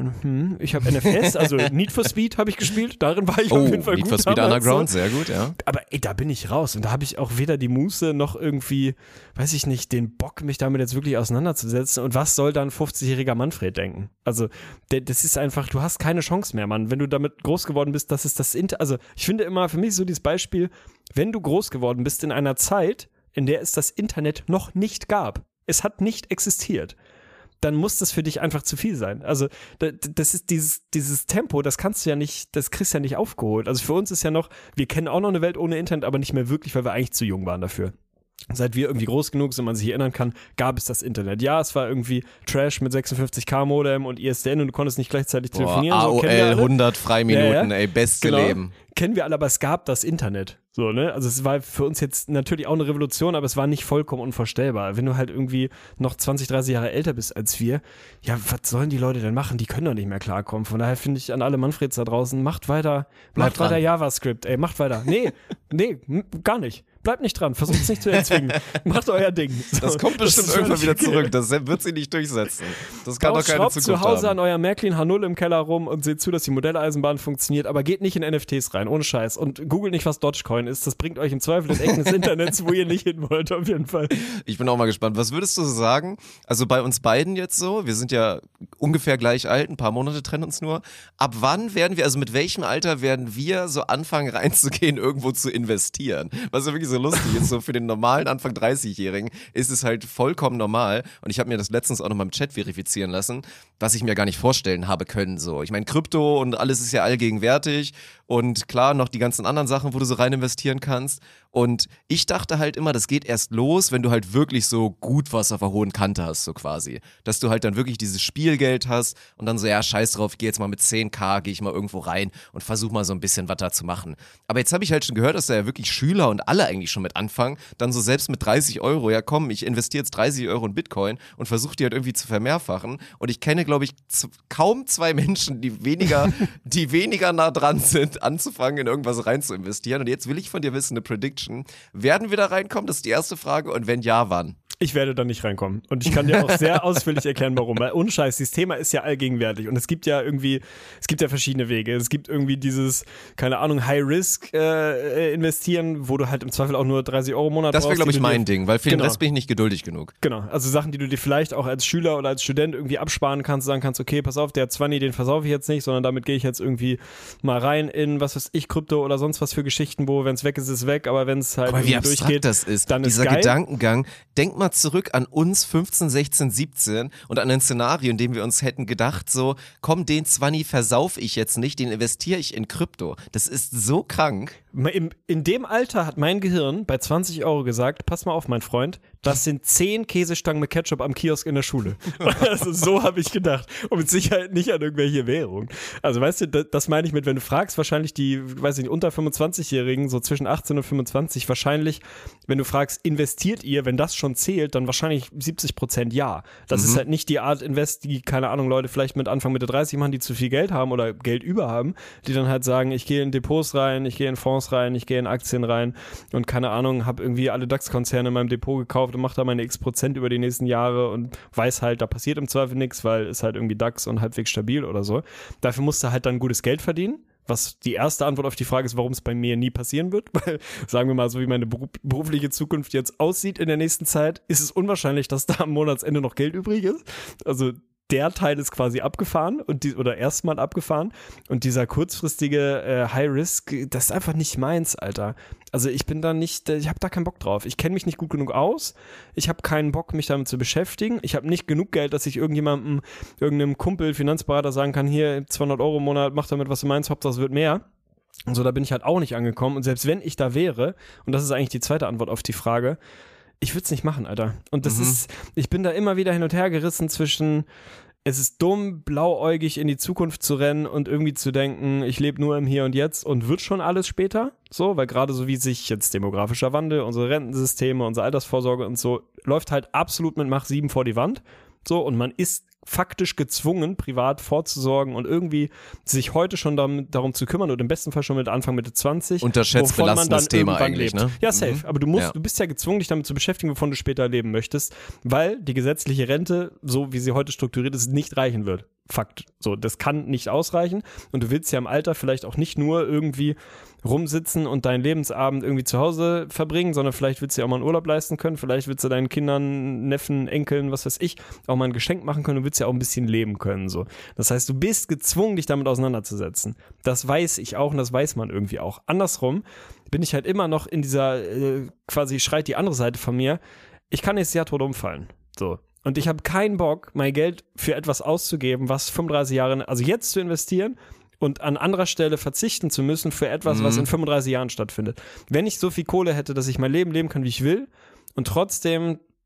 Ich habe NFS, also Need for Speed habe ich gespielt, darin war ich auf jeden Fall gut. Need for Speed Underground, sehr gut, ja. Aber da bin ich raus und da habe ich auch weder die Muße noch irgendwie, weiß ich nicht, den Bock, mich damit jetzt wirklich auseinanderzusetzen und was soll dann 50-jähriger Manfred denken? Also das ist einfach, du hast keine Chance mehr, Mann. Wenn du damit groß geworden bist, das ist das also ich finde immer, für mich so dieses Beispiel, wenn du groß geworden bist in einer Zeit, in der es das Internet noch nicht gab, es hat nicht existiert, dann muss das für dich einfach zu viel sein. Also das ist dieses Tempo, das kannst du ja nicht, das kriegst du ja nicht aufgeholt. Also für uns ist ja noch, wir kennen auch noch eine Welt ohne Internet, aber nicht mehr wirklich, weil wir eigentlich zu jung waren dafür. Seit wir irgendwie groß genug sind, man sich erinnern kann, gab es das Internet. Ja, es war irgendwie Trash mit 56K Modem und ISDN und du konntest nicht gleichzeitig telefonieren. AOL, 100 Freiminuten, ey, beste genau. Leben. Kennen wir alle, aber es gab das Internet. So, ne? Also es war für uns jetzt natürlich auch eine Revolution, aber es war nicht vollkommen unvorstellbar. Wenn du halt irgendwie noch 20, 30 Jahre älter bist als wir, ja, was sollen die Leute denn machen? Die können doch nicht mehr klarkommen. Von daher finde ich an alle Manfreds da draußen, macht weiter JavaScript, ey, macht weiter. Nee, gar nicht. Bleibt nicht dran, versucht es nicht zu erzwingen. Macht euer Ding. So, das kommt bestimmt irgendwann wieder zurück. Das wird sie nicht durchsetzen. Das kann doch keine Zukunft zu Hause haben. an euer Märklin H0 im Keller rum und seht zu, dass die Modelleisenbahn funktioniert, aber geht nicht in NFTs rein, ohne Scheiß. Und googelt nicht, was Dogecoin ist. Das bringt euch im Zweifel in Ecken des Internets, wo ihr nicht hin wollt, auf jeden Fall. Ich bin auch mal gespannt. Was würdest du sagen? Also bei uns beiden jetzt so, wir sind ja ungefähr gleich alt, ein paar Monate trennen uns nur. Ab wann werden wir, also mit welchem Alter werden wir so anfangen reinzugehen, irgendwo zu investieren? Was ja wirklich so lustig ist, so für den normalen Anfang 30-Jährigen ist es halt vollkommen normal. Und ich habe mir das letztens auch noch mal im Chat verifizieren lassen, was ich mir gar nicht vorstellen habe können. So, ich meine, Krypto und alles ist ja allgegenwärtig und klar noch die ganzen anderen Sachen, wo du so rein investieren kannst. Und ich dachte halt immer, das geht erst los, wenn du halt wirklich so gut was auf der hohen Kante hast, so quasi. Dass du halt dann wirklich dieses Spielgeld hast und dann so, ja, scheiß drauf, ich gehe jetzt mal mit 10.000, gehe ich mal irgendwo rein und versuche mal so ein bisschen was da zu machen. Aber jetzt habe ich halt schon gehört, dass da ja wirklich Schüler und alle eigentlich schon mit anfangen, dann so selbst mit 30 Euro, ja komm, ich investiere jetzt 30 Euro in Bitcoin und versuche die halt irgendwie zu vermehrfachen. Und ich kenne, glaube ich, kaum zwei Menschen, die weniger nah dran sind, anzufangen, in irgendwas rein zu investieren. Und jetzt will ich von dir wissen, eine Prediction. Werden wir da reinkommen? Das ist die erste Frage. Und wenn ja, wann? Ich werde da nicht reinkommen. Und ich kann dir auch sehr ausführlich erklären, warum. Weil ohne Scheiß, dieses Thema ist ja allgegenwärtig. Und es gibt ja verschiedene Wege. Es gibt irgendwie dieses, keine Ahnung, High-Risk investieren, wo du halt im Zweifel auch nur 30 Euro im Monat brauchst. Das wäre, glaube ich, mein Ding, weil für den Rest bin ich nicht geduldig genug. Genau, also Sachen, die du dir vielleicht auch als Schüler oder als Student irgendwie absparen kannst, sagen kannst, okay, pass auf, der 20, den versaufe ich jetzt nicht, sondern damit gehe ich jetzt irgendwie mal rein in, was weiß ich, Krypto oder sonst was für Geschichten, wo, wenn es weg ist, ist es weg, aber wenn es halt wie abstrakt durchgeht, das ist, dann dieser ist geil. Gedankengang. Denk mal zurück an uns 15, 16, 17 und an ein Szenario, in dem wir uns hätten gedacht, so, komm, den 20 versaufe ich jetzt nicht, den investiere ich in Krypto. Das ist so krank. In dem Alter hat mein Gehirn bei 20 Euro gesagt, pass mal auf, mein Freund, das sind 10 Käsestangen mit Ketchup am Kiosk in der Schule. Also so habe ich gedacht. Und mit Sicherheit nicht an irgendwelche Währungen. Also weißt du, das meine ich mit, wenn du fragst, wahrscheinlich die, weiß ich nicht, unter 25-Jährigen, so zwischen 18 und 25, wahrscheinlich, wenn du fragst, investiert ihr, wenn das schon zählt, dann wahrscheinlich 70% ja. Das ist halt nicht die Art Invest, die, keine Ahnung, Leute vielleicht mit Anfang Mitte 30 machen, die zu viel Geld haben oder Geld über haben, die dann halt sagen, ich gehe in Depots rein, ich gehe in Fonds rein, ich gehe in Aktien rein und keine Ahnung, habe irgendwie alle DAX-Konzerne in meinem Depot gekauft und mache da meine X% über die nächsten Jahre und weiß halt, da passiert im Zweifel nichts, weil es halt irgendwie DAX und halbwegs stabil oder so. Dafür musst du halt dann gutes Geld verdienen. Was die erste Antwort auf die Frage ist, warum es bei mir nie passieren wird, weil, sagen wir mal, so wie meine berufliche Zukunft jetzt aussieht in der nächsten Zeit, ist es unwahrscheinlich, dass da am Monatsende noch Geld übrig ist. Also der Teil ist quasi abgefahren oder erstmal abgefahren und dieser kurzfristige High-Risk, das ist einfach nicht meins, Alter. Also ich bin da nicht, ich habe da keinen Bock drauf. Ich kenne mich nicht gut genug aus. Ich habe keinen Bock, mich damit zu beschäftigen. Ich habe nicht genug Geld, dass ich irgendeinem Kumpel, Finanzberater sagen kann, hier 200 Euro im Monat, mach damit, was du meinst, Hauptsache es wird mehr. Und so, da bin ich halt auch nicht angekommen. Und selbst wenn ich da wäre, und das ist eigentlich die zweite Antwort auf die Frage, ich würde es nicht machen, Alter. Und das ist, ich bin da immer wieder hin und her gerissen zwischen, es ist dumm, blauäugig in die Zukunft zu rennen und irgendwie zu denken, ich lebe nur im Hier und Jetzt und wird schon alles später. So, weil gerade so wie sich jetzt demografischer Wandel, unsere Rentensysteme, unsere Altersvorsorge und so, läuft halt absolut mit Mach 7 vor die Wand. So, und man ist faktisch gezwungen, privat vorzusorgen und irgendwie sich heute schon darum zu kümmern und im besten Fall schon mit Anfang Mitte 20. Unterschätzt belastendes Thema eigentlich, lebt. Ne? Ja, safe. Aber du bist ja gezwungen, dich damit zu beschäftigen, wovon du später leben möchtest, weil die gesetzliche Rente, so wie sie heute strukturiert ist, nicht reichen wird. Fakt. So, das kann nicht ausreichen und du willst ja im Alter vielleicht auch nicht nur irgendwie rumsitzen und deinen Lebensabend irgendwie zu Hause verbringen, sondern vielleicht willst du ja auch mal einen Urlaub leisten können, vielleicht willst du deinen Kindern, Neffen, Enkeln, was weiß ich, auch mal ein Geschenk machen können, du willst ja auch ein bisschen leben können, so. Das heißt, du bist gezwungen, dich damit auseinanderzusetzen. Das weiß ich auch und das weiß man irgendwie auch. Andersrum bin ich halt immer noch in dieser, quasi schreit die andere Seite von mir, ich kann nächstes Jahr tot umfallen, so. Und ich habe keinen Bock, mein Geld für etwas auszugeben, was 35 Jahre, also jetzt zu investieren und an anderer Stelle verzichten zu müssen für etwas, was in 35 Jahren stattfindet. Wenn ich so viel Kohle hätte, dass ich mein Leben leben kann, wie ich will und trotzdem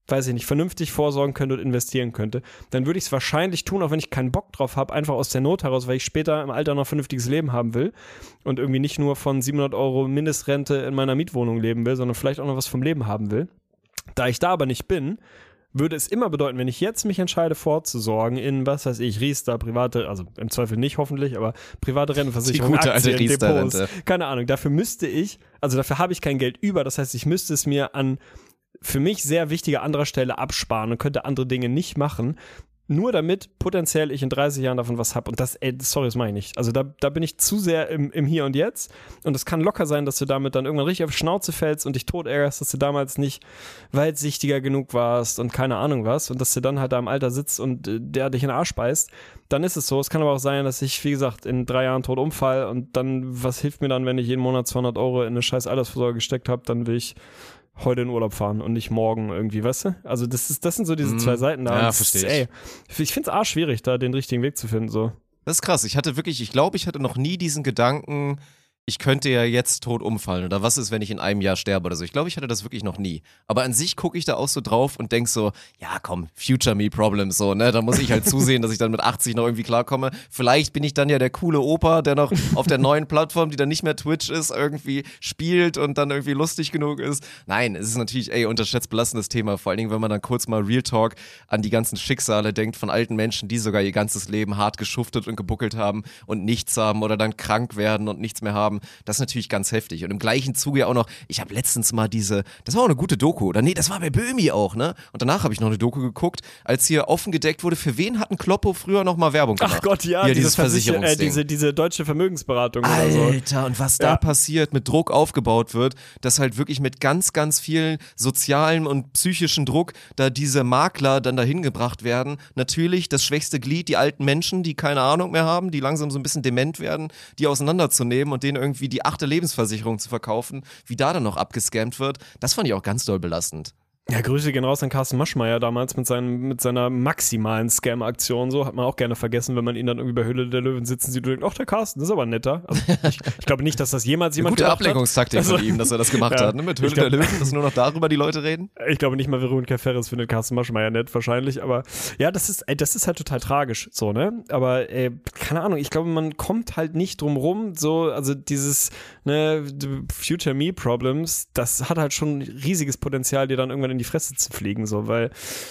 weiß ich nicht, vernünftig vorsorgen könnte und investieren könnte, dann würde ich es wahrscheinlich tun, auch wenn ich keinen Bock drauf habe, einfach aus der Not heraus, weil ich später im Alter noch ein vernünftiges Leben haben will und irgendwie nicht nur von 700 € Mindestrente in meiner Mietwohnung leben will, sondern vielleicht auch noch was vom Leben haben will. Da ich da aber nicht bin, würde es immer bedeuten, wenn ich jetzt mich entscheide, vorzusorgen in, was weiß ich, Riester, private, also im Zweifel nicht hoffentlich, aber private Rentenversicherung, die gute Aktien, alte Depots, Riester-Rente. keine Ahnung, dafür habe ich kein Geld über, das heißt, ich müsste es mir an für mich sehr wichtiger anderer Stelle absparen und könnte andere Dinge nicht machen, nur damit potenziell ich in 30 Jahren davon was habe. Und das mache ich nicht. Also da bin ich zu sehr im Hier und Jetzt. Und es kann locker sein, dass du damit dann irgendwann richtig auf die Schnauze fällst und dich tot ärgerst, dass du damals nicht weitsichtiger genug warst und keine Ahnung was. Und dass du dann halt da im Alter sitzt und der dich in den Arsch beißt. Dann ist es so. Es kann aber auch sein, dass ich, wie gesagt, in 3 Jahren tot umfall. Und dann, was hilft mir dann, wenn ich jeden Monat 200 € in eine scheiß Altersvorsorge gesteckt habe? Dann will ich heute in Urlaub fahren und nicht morgen irgendwie, weißt du? Also das sind so diese zwei Seiten da. Ja, verstehe ich. Ich finde es arschschwierig, da den richtigen Weg zu finden, so. Das ist krass. Ich glaube, ich hatte noch nie diesen Gedanken, ich könnte ja jetzt tot umfallen oder was ist, wenn ich in einem Jahr sterbe oder so. Ich glaube, ich hatte das wirklich noch nie. Aber an sich gucke ich da auch so drauf und denke so, ja komm, Future Me Problems, so, ne? Da muss ich halt zusehen, dass ich dann mit 80 noch irgendwie klarkomme. Vielleicht bin ich dann ja der coole Opa, der noch auf der neuen Plattform, die dann nicht mehr Twitch ist, irgendwie spielt und dann irgendwie lustig genug ist. Nein, es ist natürlich, unterschätzt belastendes Thema. Vor allen Dingen, wenn man dann kurz mal Real Talk an die ganzen Schicksale denkt von alten Menschen, die sogar ihr ganzes Leben hart geschuftet und gebuckelt haben und nichts haben oder dann krank werden und nichts mehr haben. Das ist natürlich ganz heftig. Und im gleichen Zuge auch noch, ich habe letztens mal das war auch eine gute Doku, oder nee, das war bei Böhmi auch, ne? Und danach habe ich noch eine Doku geguckt, als hier offen gedeckt wurde, für wen hat ein Kloppo früher noch mal Werbung gemacht? Ach Gott, ja, dieses Versicherungsding. diese deutsche Vermögensberatung Alter, oder so. und was da passiert, mit Druck aufgebaut wird, dass halt wirklich mit ganz, ganz vielen sozialen und psychischen Druck da diese Makler dann dahin gebracht werden. Natürlich das schwächste Glied, die alten Menschen, die keine Ahnung mehr haben, die langsam so ein bisschen dement werden, die auseinanderzunehmen und denen irgendwie die 8. Lebensversicherung zu verkaufen, wie da dann noch abgescammt wird, das fand ich auch ganz doll belastend. Ja, Grüße gehen raus an Carsten Maschmeyer damals mit seiner maximalen Scam-Aktion. So hat man auch gerne vergessen, wenn man ihn dann irgendwie bei Höhle der Löwen sitzen sieht und denkt, ach, der Carsten, das ist aber netter. Also ich glaube nicht, dass das jemals jemand gute gemacht Ablenkungstaktik hat. von ihm, dass er das gemacht hat, ne? Mit Höhle der Löwen, dass nur noch darüber die Leute reden. Ich glaube nicht mal, Veronika Ferris findet Carsten Maschmeyer nett, wahrscheinlich. Aber ja, das ist halt total tragisch, so, ne? Aber keine Ahnung, ich glaube, man kommt halt nicht drum rum, so, also dieses, ne, Future Me Problems, das hat halt schon riesiges Potenzial, dir dann irgendwann in die Fresse zu fliegen. So, weil,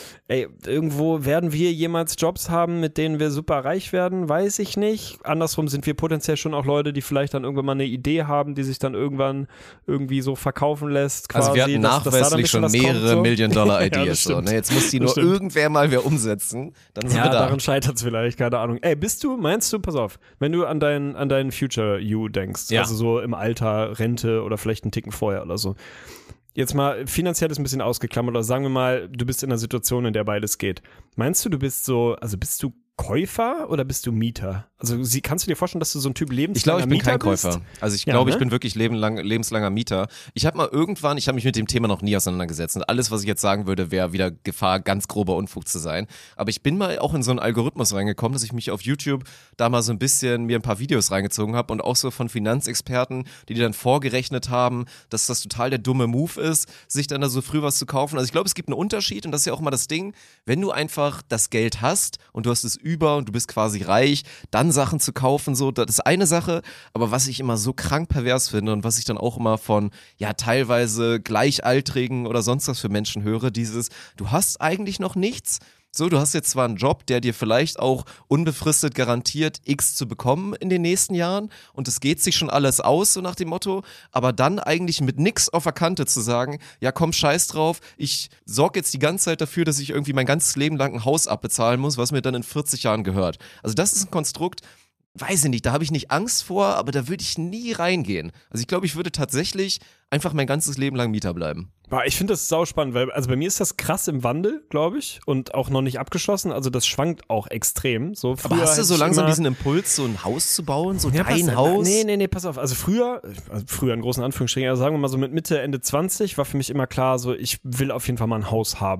irgendwo werden wir jemals Jobs haben, mit denen wir super reich werden, weiß ich nicht. Andersrum sind wir potenziell schon auch Leute, die vielleicht dann irgendwann mal eine Idee haben, die sich dann irgendwann irgendwie so verkaufen lässt. Quasi, also wir hatten nachweislich schon mehrere Million-Dollar-Ideas. Ja, so, ne? Jetzt muss die nur irgendwer mal wer umsetzen, dann sind wir da. Daran scheitert es vielleicht, keine Ahnung. Meinst du, pass auf, wenn du an deinen Future You denkst, also so im Alter, Rente oder vielleicht einen Ticken vorher oder so, jetzt mal finanziell ist ein bisschen ausgeklammert, oder sagen wir mal, du bist in einer Situation, in der beides geht. Meinst du, bist du Käufer oder bist du Mieter? Also kannst du dir vorstellen, dass du so ein Typ lebenslanger Mieter bist? Ich glaube, ich bin kein Käufer. Also ich glaube, ich bin wirklich lebenslanger Mieter. Ich habe mich mit dem Thema noch nie auseinandergesetzt. Und alles, was ich jetzt sagen würde, wäre wieder Gefahr, ganz grober Unfug zu sein. Aber ich bin mal auch in so einen Algorithmus reingekommen, dass ich mich auf YouTube da mal so ein bisschen mir ein paar Videos reingezogen habe und auch so von Finanzexperten, die dann vorgerechnet haben, dass das total der dumme Move ist, sich dann da so früh was zu kaufen. Also ich glaube, es gibt einen Unterschied und das ist ja auch mal das Ding, wenn du einfach das Geld hast und du hast es über und du bist quasi reich, dann Sachen zu kaufen, so, das ist eine Sache, aber was ich immer so krank pervers finde und was ich dann auch immer von, ja, teilweise Gleichaltrigen oder sonst was für Menschen höre, du hast eigentlich noch nichts, so, du hast jetzt zwar einen Job, der dir vielleicht auch unbefristet garantiert, X zu bekommen in den nächsten Jahren und es geht sich schon alles aus, so nach dem Motto, aber dann eigentlich mit nix auf der Kante zu sagen, ja komm, scheiß drauf, ich sorge jetzt die ganze Zeit dafür, dass ich irgendwie mein ganzes Leben lang ein Haus abbezahlen muss, was mir dann in 40 Jahren gehört. Also das ist ein Konstrukt, weiß ich nicht, da habe ich nicht Angst vor, aber da würde ich nie reingehen. Also ich glaube, ich würde tatsächlich einfach mein ganzes Leben lang Mieter bleiben. Ich finde das sauspannend, weil also bei mir ist das krass im Wandel, glaube ich, und auch noch nicht abgeschlossen, also das schwankt auch extrem. So, aber hast du so langsam diesen Impuls, so ein Haus zu bauen, so dein Haus? Nee, pass auf, also früher in großen Anführungsstrichen, also sagen wir mal so mit Mitte, Ende 20 war für mich immer klar, so ich will auf jeden Fall mal ein Haus haben.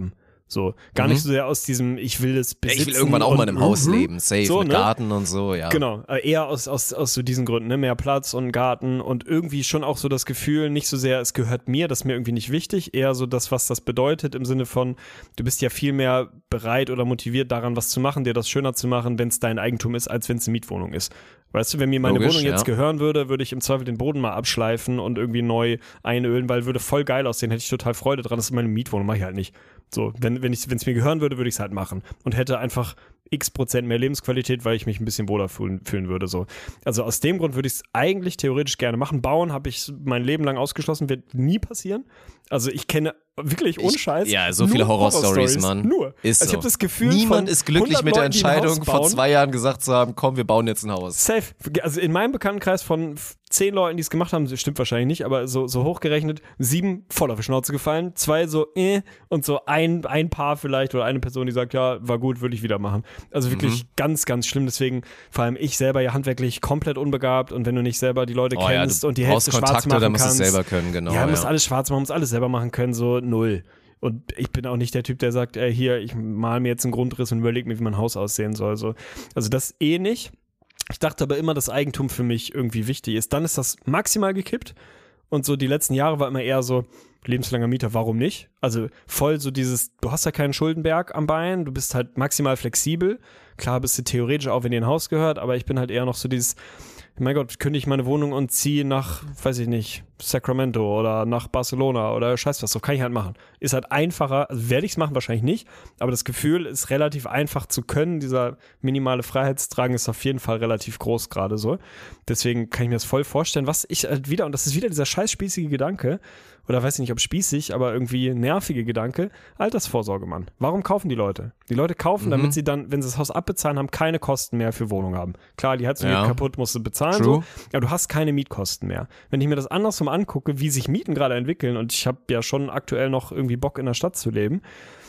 So, gar nicht so sehr aus diesem, ich will das besitzen. Ich will irgendwann auch mal in einem Haus leben, safe, so, mit ne? Garten und so, ja. Genau, eher aus so diesen Gründen, ne? Mehr Platz und Garten und irgendwie schon auch so das Gefühl, nicht so sehr, es gehört mir, das ist mir irgendwie nicht wichtig, eher so das, was das bedeutet im Sinne von, du bist ja viel mehr bereit oder motiviert daran, was zu machen, dir das schöner zu machen, wenn es dein Eigentum ist, als wenn es eine Mietwohnung ist. Weißt du, wenn mir meine Wohnung jetzt gehören würde, würde ich im Zweifel den Boden mal abschleifen und irgendwie neu einölen, weil würde voll geil aussehen, hätte ich total Freude dran, das ist meine Mietwohnung, mache ich halt nicht. So, wenn es mir gehören würde, würde ich es halt machen und hätte einfach x% mehr Lebensqualität, weil ich mich ein bisschen wohler fühlen würde. So. Also aus dem Grund würde ich es eigentlich theoretisch gerne machen. Bauen habe ich mein Leben lang ausgeschlossen, wird nie passieren. Also ich kenne wirklich ohne Scheiß. Ja, so viele Horror-Stories, Mann. Nur. Ist also ich habe so. das Gefühl, niemand ist glücklich mit der Entscheidung, vor 2 Jahren gesagt zu haben, komm, wir bauen jetzt ein Haus. Safe. Also in meinem Bekanntenkreis von 10 Leuten, die es gemacht haben, stimmt wahrscheinlich nicht, aber so hochgerechnet, 7 voll auf die Schnauze gefallen, 2 so und so ein Paar vielleicht oder eine Person, die sagt, ja, war gut, würde ich wieder machen. Also wirklich ganz, ganz schlimm. Deswegen vor allem ich selber ja handwerklich komplett unbegabt und wenn du nicht selber die Leute kennst und die Hälfte schwarz machen dann musst kannst. Du es selber können, genau. Ja, musst alles schwarz machen, musst alles selber machen können, so 0. Und ich bin auch nicht der Typ, der sagt, hier, ich mal mir jetzt einen Grundriss und überlege mir, wie mein Haus aussehen soll. So. Also das nicht. Ich dachte aber immer, dass Eigentum für mich irgendwie wichtig ist. Dann ist das maximal gekippt und so die letzten Jahre war immer eher so, lebenslanger Mieter, warum nicht? Also voll so dieses, du hast ja keinen Schuldenberg am Bein, du bist halt maximal flexibel. Klar bist du theoretisch auch, wenn dir ein Haus gehört, aber ich bin halt eher noch so dieses, mein Gott, kündige ich meine Wohnung und ziehe nach, weiß ich nicht, Sacramento oder nach Barcelona oder scheiß was, so kann ich halt machen. Ist halt einfacher, also werde ich es machen, wahrscheinlich nicht, aber das Gefühl ist relativ einfach zu können, dieser minimale Freiheitsdrang ist auf jeden Fall relativ groß gerade so. Deswegen kann ich mir das voll vorstellen, was ich halt wieder, und das ist wieder dieser scheiß spießige Gedanke, oder weiß ich nicht, ob spießig, aber irgendwie nervige Gedanke, Altersvorsorge, Mann. Warum kaufen die Leute? Die Leute kaufen, damit sie dann, wenn sie das Haus abbezahlen, haben, keine Kosten mehr für Wohnung haben. Klar, die Heizung geht kaputt, musst du bezahlen, so, aber du hast keine Mietkosten mehr. Wenn ich mir das andersrum angucke, wie sich Mieten gerade entwickeln, und ich habe ja schon aktuell noch irgendwie Bock in der Stadt zu leben,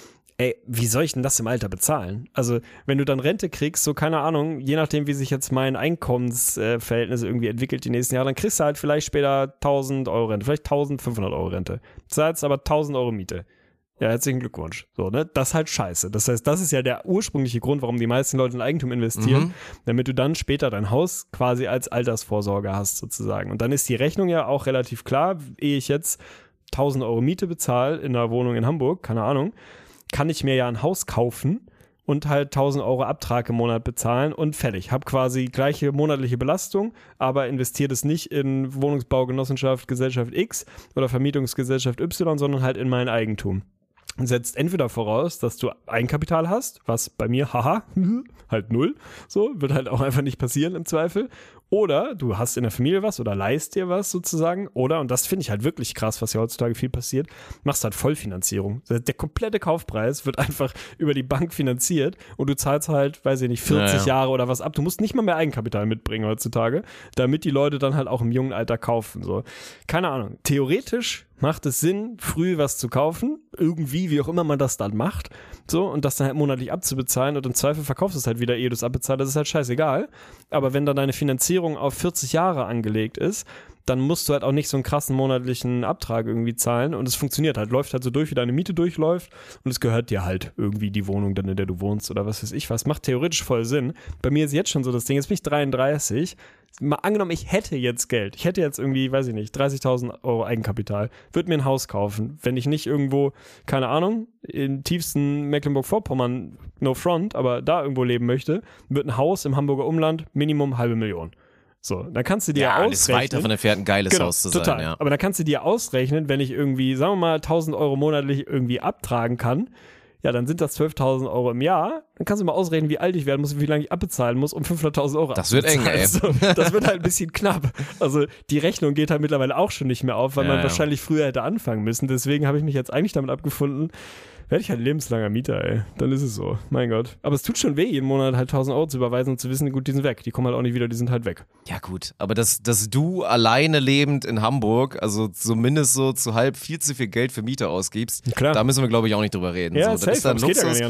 wie soll ich denn das im Alter bezahlen? Also, wenn du dann Rente kriegst, so keine Ahnung, je nachdem, wie sich jetzt mein Einkommensverhältnis irgendwie entwickelt die nächsten Jahre, dann kriegst du halt vielleicht später 1.000 Euro Rente, vielleicht 1.500 Euro Rente. Zahlst aber 1.000 Euro Miete. Ja, herzlichen Glückwunsch. So, ne? Das ist halt scheiße. Das heißt, das ist ja der ursprüngliche Grund, warum die meisten Leute in Eigentum investieren, damit du dann später dein Haus quasi als Altersvorsorge hast, sozusagen. Und dann ist die Rechnung ja auch relativ klar, ehe ich jetzt 1.000 Euro Miete bezahle in einer Wohnung in Hamburg, keine Ahnung, kann ich mir ja ein Haus kaufen und halt 1.000 Euro Abtrag im Monat bezahlen und fertig. Hab quasi gleiche monatliche Belastung, aber investiere das nicht in Wohnungsbaugenossenschaft Gesellschaft X oder Vermietungsgesellschaft Y, sondern halt in mein Eigentum. Und setzt entweder voraus, dass du Eigenkapital hast, was bei mir, halt 0, so, wird halt auch einfach nicht passieren im Zweifel. Oder du hast in der Familie was oder leist dir was sozusagen. Oder, und das finde ich halt wirklich krass, was ja heutzutage viel passiert, machst halt Vollfinanzierung. Der komplette Kaufpreis wird einfach über die Bank finanziert und du zahlst halt, weiß ich nicht, 40 Jahre oder was ab. Du musst nicht mal mehr Eigenkapital mitbringen heutzutage, damit die Leute dann halt auch im jungen Alter kaufen. So. Keine Ahnung. Theoretisch macht es Sinn, früh was zu kaufen, irgendwie, wie auch immer man das dann macht, so, und das dann halt monatlich abzubezahlen und im Zweifel verkaufst du es halt wieder, ehe du es abbezahlst, das ist halt scheißegal. Aber wenn dann deine Finanzierung auf 40 Jahre angelegt ist, dann musst du halt auch nicht so einen krassen monatlichen Abtrag irgendwie zahlen und es funktioniert halt, läuft halt so durch, wie deine Miete durchläuft und es gehört dir halt irgendwie die Wohnung dann, in der du wohnst oder was weiß ich was. Macht theoretisch voll Sinn. Bei mir ist jetzt schon so das Ding, jetzt bin ich 33, mal angenommen, ich hätte jetzt Geld, ich hätte jetzt irgendwie, weiß ich nicht, 30.000 Euro Eigenkapital, würde mir ein Haus kaufen, wenn ich nicht irgendwo, keine Ahnung, im tiefsten Mecklenburg-Vorpommern, no front, aber da irgendwo leben möchte, wird ein Haus im Hamburger Umland Minimum 500.000. So, dann kannst du dir ausrechnen. Ja, ist weit davon entfernt, ein geiles Haus zu sein. Ja. Aber dann kannst du dir ausrechnen, wenn ich irgendwie, sagen wir mal, 1.000 Euro monatlich irgendwie abtragen kann, ja, dann sind das 12.000 Euro im Jahr. Dann kannst du mal ausrechnen, wie alt ich werden muss und wie lange ich abbezahlen muss, um 500.000 Euro Das wird eng, ey. Also, das wird halt ein bisschen knapp. Also die Rechnung geht halt mittlerweile auch schon nicht mehr auf, weil man wahrscheinlich früher hätte anfangen müssen. Deswegen habe ich mich jetzt eigentlich damit abgefunden, werde ich halt lebenslanger Mieter, ey. Dann ist es so. Mein Gott. Aber es tut schon weh, jeden Monat halt 1.000 Euro zu überweisen und zu wissen, gut, die sind weg. Die kommen halt auch nicht wieder, die sind halt weg. Ja gut, aber dass du alleine lebend in Hamburg, also zumindest so zu halb viel zu viel Geld für Miete ausgibst, klar, da müssen wir, glaube ich, auch nicht drüber reden. Ja, so, safe, das ist dann das geht ja gar nicht anders.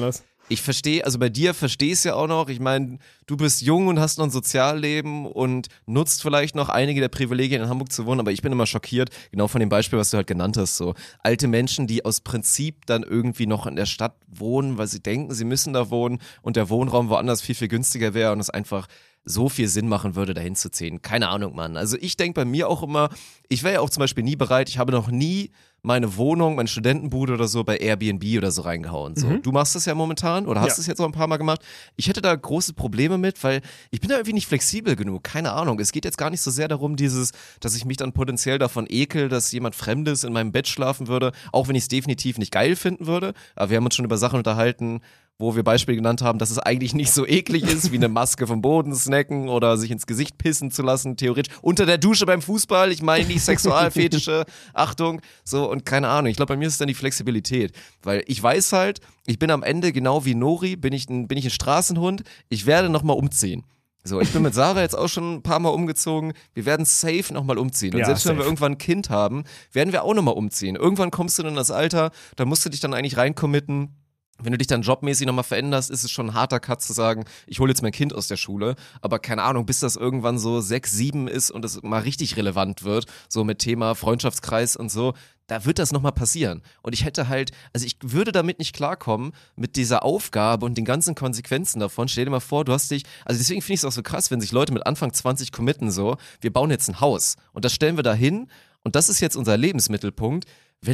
Ich verstehe, also bei dir verstehe ich es ja auch noch. Ich meine, du bist jung und hast noch ein Sozialleben und nutzt vielleicht noch einige der Privilegien in Hamburg zu wohnen, aber ich bin immer schockiert, genau von dem Beispiel, was du halt genannt hast, so alte Menschen, die aus Prinzip dann irgendwie noch in der Stadt wohnen, weil sie denken, sie müssen da wohnen und der Wohnraum woanders viel, viel günstiger wäre und es einfach so viel Sinn machen würde, dahin zu ziehen. Keine Ahnung, Mann. Also ich denke bei mir auch immer, ich wäre ja auch zum Beispiel nie bereit, ich habe noch nie meine Wohnung, meine Studentenbude oder so bei Airbnb oder so reingehauen. So. Du machst das ja momentan oder hast es jetzt auch ein paar Mal gemacht. Ich hätte da große Probleme mit, weil ich bin da irgendwie nicht flexibel genug. Keine Ahnung. Es geht jetzt gar nicht so sehr darum, dass ich mich dann potenziell davon ekel, dass jemand Fremdes in meinem Bett schlafen würde, auch wenn ich es definitiv nicht geil finden würde. Aber wir haben uns schon über Sachen unterhalten, wo wir Beispiele genannt haben, dass es eigentlich nicht so eklig ist, wie eine Maske vom Boden snacken oder sich ins Gesicht pissen zu lassen, theoretisch. Unter der Dusche beim Fußball, ich meine nicht Sexualfetische, Achtung, so und keine Ahnung. Ich glaube, bei mir ist es dann die Flexibilität, weil ich weiß halt, ich bin am Ende genau wie Nori, bin ich ein Straßenhund, ich werde nochmal umziehen. So, ich bin mit Sarah jetzt auch schon ein paar Mal umgezogen. Wir werden safe nochmal umziehen. Und Ja, selbst wenn safe. wir irgendwann ein Kind haben, werden wir auch nochmal umziehen. Irgendwann kommst du in das Alter, da musst du dich dann eigentlich reincommitten. Wenn du dich dann jobmäßig nochmal veränderst, ist es schon ein harter Cut zu sagen, ich hole jetzt mein Kind aus der Schule, aber keine Ahnung, bis das irgendwann so 6, 7 ist und es mal richtig relevant wird, so mit Thema Freundschaftskreis und so, da wird das nochmal passieren. Und ich ich würde damit nicht klarkommen, mit dieser Aufgabe und den ganzen Konsequenzen davon. Stell dir mal vor, deswegen finde ich es auch so krass, wenn sich Leute mit Anfang 20 committen so, wir bauen jetzt ein Haus und das stellen wir da hin und das ist jetzt unser Lebensmittelpunkt.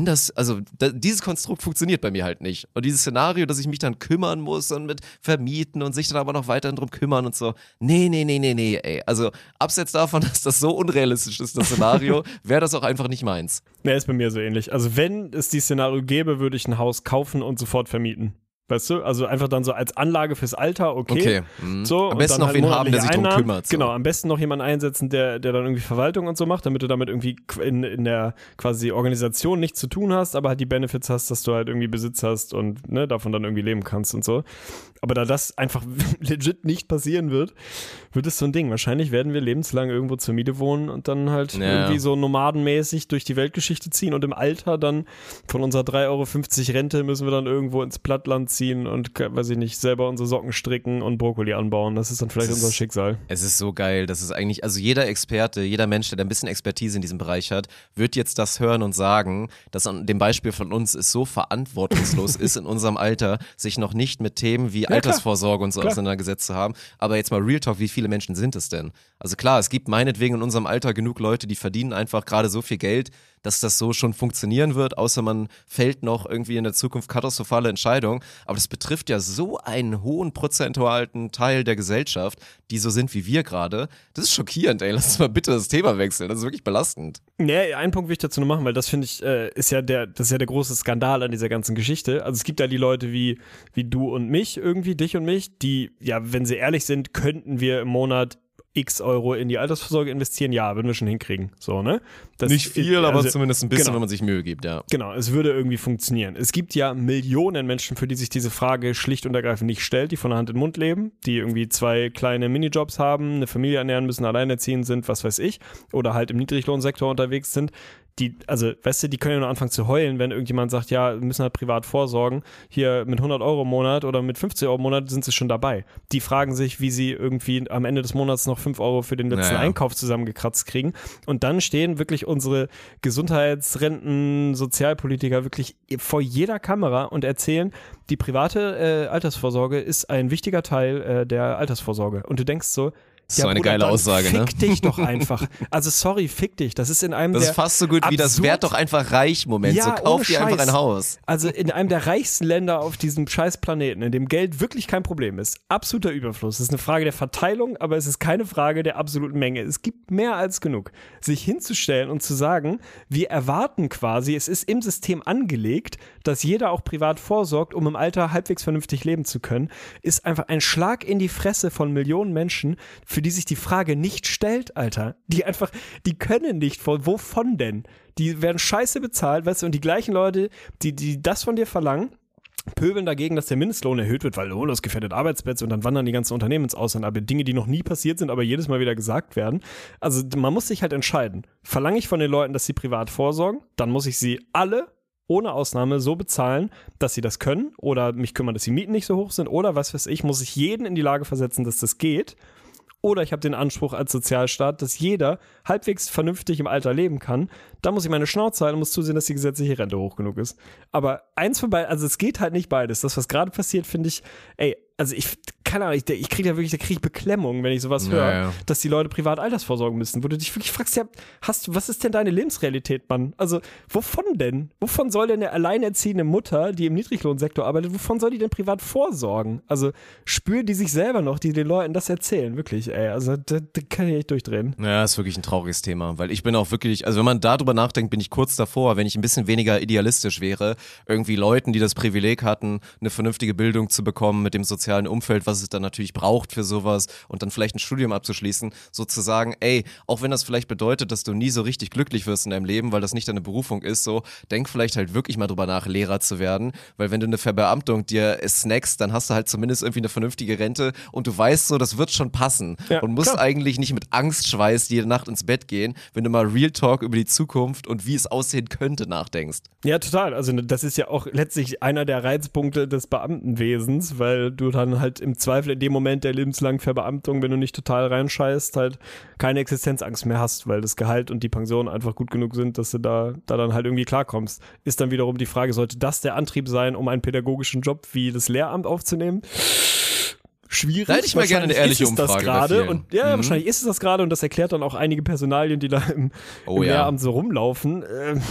Dieses Konstrukt funktioniert bei mir halt nicht. Und dieses Szenario, dass ich mich dann kümmern muss und mit vermieten und sich dann aber noch weiterhin drum kümmern und so. Nee, ey. Also, abseits davon, dass das so unrealistisch ist, das Szenario, wäre das auch einfach nicht meins. Nee, ist bei mir so ähnlich. Also wenn es dieses Szenario gäbe, würde ich ein Haus kaufen und sofort vermieten. Weißt du? Also einfach dann so als Anlage fürs Alter, okay. So, am besten noch wen haben, der sich drum kümmert. So. Genau, am besten noch jemanden einsetzen, der dann irgendwie Verwaltung und so macht, damit du damit irgendwie in der quasi Organisation nichts zu tun hast, aber halt die Benefits hast, dass du halt irgendwie Besitz hast und davon dann irgendwie leben kannst und so. Aber da das einfach legit nicht passieren wird es so ein Ding. Wahrscheinlich werden wir lebenslang irgendwo zur Miete wohnen und dann halt irgendwie so nomadenmäßig durch die Weltgeschichte ziehen und im Alter dann von unserer 3,50 € Rente müssen wir dann irgendwo ins Plattland ziehen und, weiß ich nicht, selber unsere Socken stricken und Brokkoli anbauen. Das ist dann vielleicht unser Schicksal. Es ist so geil, das ist eigentlich, also jeder Experte, jeder Mensch, der ein bisschen Expertise in diesem Bereich hat, wird jetzt das hören und sagen, dass an dem Beispiel von uns es so verantwortungslos ist, in unserem Alter sich noch nicht mit Themen wie Altersvorsorge und so auseinandergesetzt zu haben. Aber jetzt mal Real Talk, wie viele Menschen sind es denn? Also klar, es gibt meinetwegen in unserem Alter genug Leute, die verdienen einfach gerade so viel Geld, dass das so schon funktionieren wird, außer man fällt noch irgendwie in der Zukunft katastrophale Entscheidungen. Aber das betrifft ja so einen hohen prozentualen Teil der Gesellschaft, die so sind wie wir gerade. Das ist schockierend, ey. Lass uns mal bitte das Thema wechseln. Das ist wirklich belastend. Nee, einen Punkt will ich dazu noch machen, weil das finde ich, das ist ja der große Skandal an dieser ganzen Geschichte. Also es gibt ja die Leute wie du und mich irgendwie, dich und mich, die, ja, wenn sie ehrlich sind, könnten wir im Monat x Euro in die Altersvorsorge investieren, ja, würden wir schon hinkriegen. So, ne? Das nicht viel, aber zumindest ein bisschen, wenn man sich Mühe gibt, ja. Genau, es würde irgendwie funktionieren. Es gibt ja Millionen Menschen, für die sich diese Frage schlicht und ergreifend nicht stellt, die von der Hand in den Mund leben, die irgendwie 2 kleine Minijobs haben, eine Familie ernähren müssen, alleinerziehend sind, was weiß ich, oder halt im Niedriglohnsektor unterwegs sind. Die können ja nur anfangen zu heulen, wenn irgendjemand sagt, ja, wir müssen halt privat vorsorgen. Hier mit 100 € im Monat oder mit 50 € im Monat sind sie schon dabei. Die fragen sich, wie sie irgendwie am Ende des Monats noch 5 € für den letzten Einkauf zusammengekratzt kriegen. Und dann stehen wirklich unsere Gesundheitsrenten, Sozialpolitiker wirklich vor jeder Kamera und erzählen, die private Altersvorsorge ist ein wichtiger Teil der Altersvorsorge. Und du denkst so, Das ist so eine geile Aussage, ne? Fick dich doch einfach. Also sorry, fick dich. Das ist in einem Das ist fast so gut wie das werd doch einfach reich Moment. Ja, so kauf dir ohne einfach Scheiß. ein Haus. Also in einem der reichsten Länder auf diesem scheiß Planeten, in dem Geld wirklich kein Problem ist. Absoluter Überfluss. Es ist eine Frage der Verteilung, aber es ist keine Frage der absoluten Menge. Es gibt mehr als genug. Sich hinzustellen und zu sagen, wir erwarten quasi, es ist im System angelegt, dass jeder auch privat vorsorgt, um im Alter halbwegs vernünftig leben zu können, ist einfach ein Schlag in die Fresse von Millionen Menschen, für die sich die Frage nicht stellt, Alter. Die können nicht, wovon denn? Die werden scheiße bezahlt, weißt du, und die gleichen Leute, die das von dir verlangen, pöbeln dagegen, dass der Mindestlohn erhöht wird, weil das gefährdet Arbeitsplätze und dann wandern die ganzen Unternehmen ins Ausland. Aber Dinge, die noch nie passiert sind, aber jedes Mal wieder gesagt werden. Also man muss sich halt entscheiden. Verlange ich von den Leuten, dass sie privat vorsorgen, dann muss ich sie alle ohne Ausnahme so bezahlen, dass sie das können oder mich kümmern, dass die Mieten nicht so hoch sind oder was weiß ich, muss ich jeden in die Lage versetzen, dass das geht. Oder ich habe den Anspruch als Sozialstaat, dass jeder halbwegs vernünftig im Alter leben kann. Da muss ich meine Schnauze halten und muss zusehen, dass die gesetzliche Rente hoch genug ist. Aber eins von beiden, also es geht halt nicht beides. Das, was gerade passiert, finde ich, also keine Ahnung, ich kriege ja wirklich, da kriege ich Beklemmung, wenn ich sowas höre, dass die Leute privat Altersvorsorgen müssen, wo du dich wirklich fragst, ja, was ist denn deine Lebensrealität, Mann? Also, wovon denn? Wovon soll denn eine alleinerziehende Mutter, die im Niedriglohnsektor arbeitet, wovon soll die denn privat vorsorgen? Also, spüren die sich selber noch, die den Leuten das erzählen, wirklich, also, da kann ich echt durchdrehen. Ja, ist wirklich ein trauriges Thema, weil ich bin auch wirklich, also wenn man darüber nachdenkt, bin ich kurz davor, wenn ich ein bisschen weniger idealistisch wäre, irgendwie Leuten, die das Privileg hatten, eine vernünftige Bildung zu bekommen mit dem sozialen Umfeld, was es dann natürlich braucht für sowas und dann vielleicht ein Studium abzuschließen, sozusagen, auch wenn das vielleicht bedeutet, dass du nie so richtig glücklich wirst in deinem Leben, weil das nicht deine Berufung ist, so, denk vielleicht halt wirklich mal drüber nach, Lehrer zu werden, weil wenn du eine Verbeamtung dir snackst, dann hast du halt zumindest irgendwie eine vernünftige Rente und du weißt so, das wird schon passen und musst eigentlich nicht mit Angstschweiß jede Nacht ins Bett gehen, wenn du mal Real Talk über die Zukunft und wie es aussehen könnte nachdenkst. Ja, total. Also das ist ja auch letztlich einer der Reizpunkte des Beamtenwesens, weil du dann halt im Zweifel in dem Moment der lebenslangen Verbeamtung, wenn du nicht total reinscheißt, halt keine Existenzangst mehr hast, weil das Gehalt und die Pension einfach gut genug sind, dass du da dann halt irgendwie klarkommst. Ist dann wiederum die Frage, sollte das der Antrieb sein, um einen pädagogischen Job wie das Lehramt aufzunehmen? Schwierig. Da hätte ich mal gerne eine ehrliche Umfrage gerade und wahrscheinlich ist es das gerade und das erklärt dann auch einige Personalien, die da im Lehramt so rumlaufen.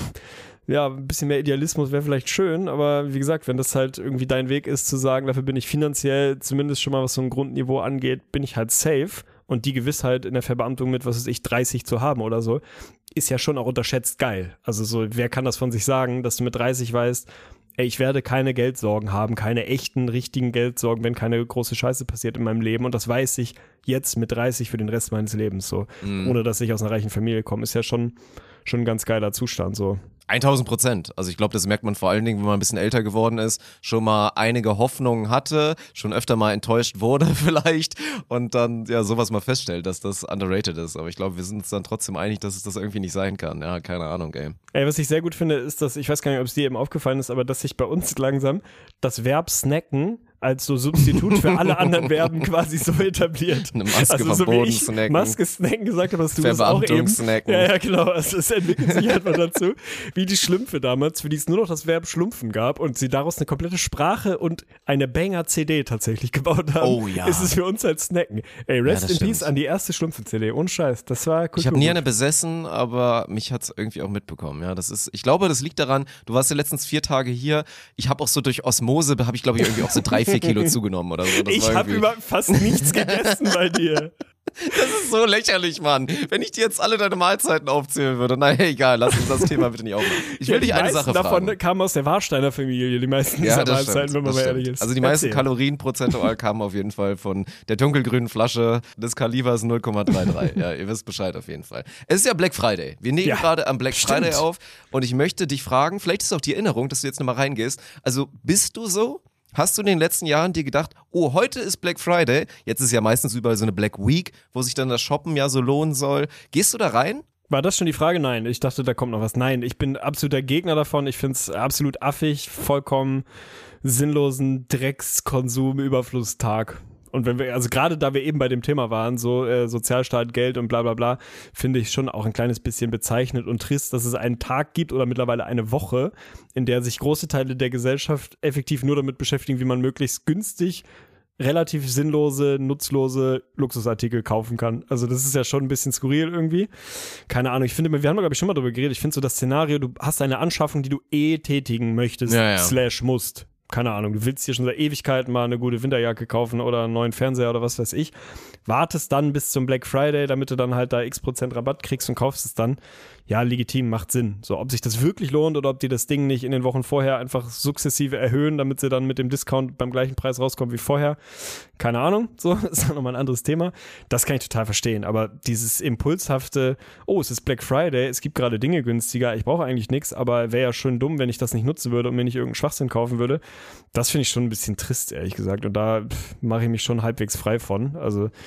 Ja, ein bisschen mehr Idealismus wäre vielleicht schön, aber wie gesagt, wenn das halt irgendwie dein Weg ist, zu sagen, dafür bin ich finanziell, zumindest schon mal was so ein Grundniveau angeht, bin ich halt safe und die Gewissheit in der Verbeamtung mit, was weiß ich, 30 zu haben oder so, ist ja schon auch unterschätzt geil. Also so, wer kann das von sich sagen, dass du mit 30 weißt, ich werde keine Geldsorgen haben, keine echten, richtigen Geldsorgen, wenn keine große Scheiße passiert in meinem Leben und das weiß ich jetzt mit 30 für den Rest meines Lebens so, ohne dass ich aus einer reichen Familie komme, ist ja schon ein ganz geiler Zustand so. 1000%. Also ich glaube, das merkt man vor allen Dingen, wenn man ein bisschen älter geworden ist, schon mal einige Hoffnungen hatte, schon öfter mal enttäuscht wurde vielleicht und dann ja sowas mal feststellt, dass das underrated ist. Aber ich glaube, wir sind uns dann trotzdem einig, dass es das irgendwie nicht sein kann. Ja, keine Ahnung, was ich sehr gut finde, ist, dass, ich weiß gar nicht, ob es dir eben aufgefallen ist, aber dass sich bei uns langsam das Verb snacken als so Substitut für alle anderen Verben quasi so etabliert. Eine Maske also vom so Boden wie ich snacken. Maske snacken gesagt habe, hast du das auch eben. Snacken. Ja, genau. Also es entwickelt sich einfach dazu, wie die Schlümpfe damals, für die es nur noch das Verb schlumpfen gab und sie daraus eine komplette Sprache und eine Banger-CD tatsächlich gebaut haben. Oh ja. Ist es für uns halt snacken. Rest in Peace an die erste Schlumpfe-CD. Ohne Scheiß. Das war cool. Ich habe nie eine besessen, aber mich hat es irgendwie auch mitbekommen. Ja, ich glaube, das liegt daran, du warst ja letztens 4 Tage hier. Ich habe auch so durch Osmose, glaube ich, irgendwie auch so 3-4 Kilo zugenommen oder so. Ich habe überhaupt fast nichts gegessen bei dir. Das ist so lächerlich, Mann. Wenn ich dir jetzt alle deine Mahlzeiten aufzählen würde, naja, egal, lass uns das Thema bitte nicht aufmachen. Ich will dich eine Sache fragen. Davon kamen aus der Warsteiner Familie, die meisten dieser Mahlzeiten, wenn man mal ehrlich ist. Also die meisten Kalorien prozentual kamen auf jeden Fall von der dunkelgrünen Flasche des Kalibers 0,33. Ja, ihr wisst Bescheid auf jeden Fall. Es ist ja Black Friday. Wir nehmen gerade am Black Friday auf und ich möchte dich fragen, vielleicht ist auch die Erinnerung, dass du jetzt nochmal reingehst. Also bist du so? Hast du in den letzten Jahren dir gedacht, oh, heute ist Black Friday, jetzt ist ja meistens überall so eine Black Week, wo sich dann das Shoppen ja so lohnen soll. Gehst du da rein? War das schon die Frage? Nein, ich dachte, da kommt noch was. Nein, ich bin absoluter Gegner davon. Ich finde es absolut affig, vollkommen sinnlosen Dreckskonsum, Überflusstag. Und wenn wir, also gerade da wir eben bei dem Thema waren, so Sozialstaat, Geld und bla bla bla, finde ich schon auch ein kleines bisschen bezeichnet und trist, dass es einen Tag gibt oder mittlerweile eine Woche, in der sich große Teile der Gesellschaft effektiv nur damit beschäftigen, wie man möglichst günstig relativ sinnlose, nutzlose Luxusartikel kaufen kann. Also das ist ja schon ein bisschen skurril irgendwie. Keine Ahnung, ich finde, wir haben da glaube ich schon mal drüber geredet, ich finde so das Szenario, du hast eine Anschaffung, die du tätigen möchtest, / musst. Keine Ahnung, du willst dir schon seit Ewigkeiten mal eine gute Winterjacke kaufen oder einen neuen Fernseher oder was weiß ich. Wartest dann bis zum Black Friday, damit du dann halt da x% Rabatt kriegst und kaufst es dann. Ja, legitim, macht Sinn. So, ob sich das wirklich lohnt oder ob die das Ding nicht in den Wochen vorher einfach sukzessive erhöhen, damit sie dann mit dem Discount beim gleichen Preis rauskommen wie vorher. Keine Ahnung, so, ist dann nochmal ein anderes Thema. Das kann ich total verstehen, aber dieses impulshafte, oh, es ist Black Friday, es gibt gerade Dinge günstiger, ich brauche eigentlich nichts, aber wäre ja schön dumm, wenn ich das nicht nutzen würde und mir nicht irgendeinen Schwachsinn kaufen würde. Das finde ich schon ein bisschen trist, ehrlich gesagt, und da mache ich mich schon halbwegs frei von. Also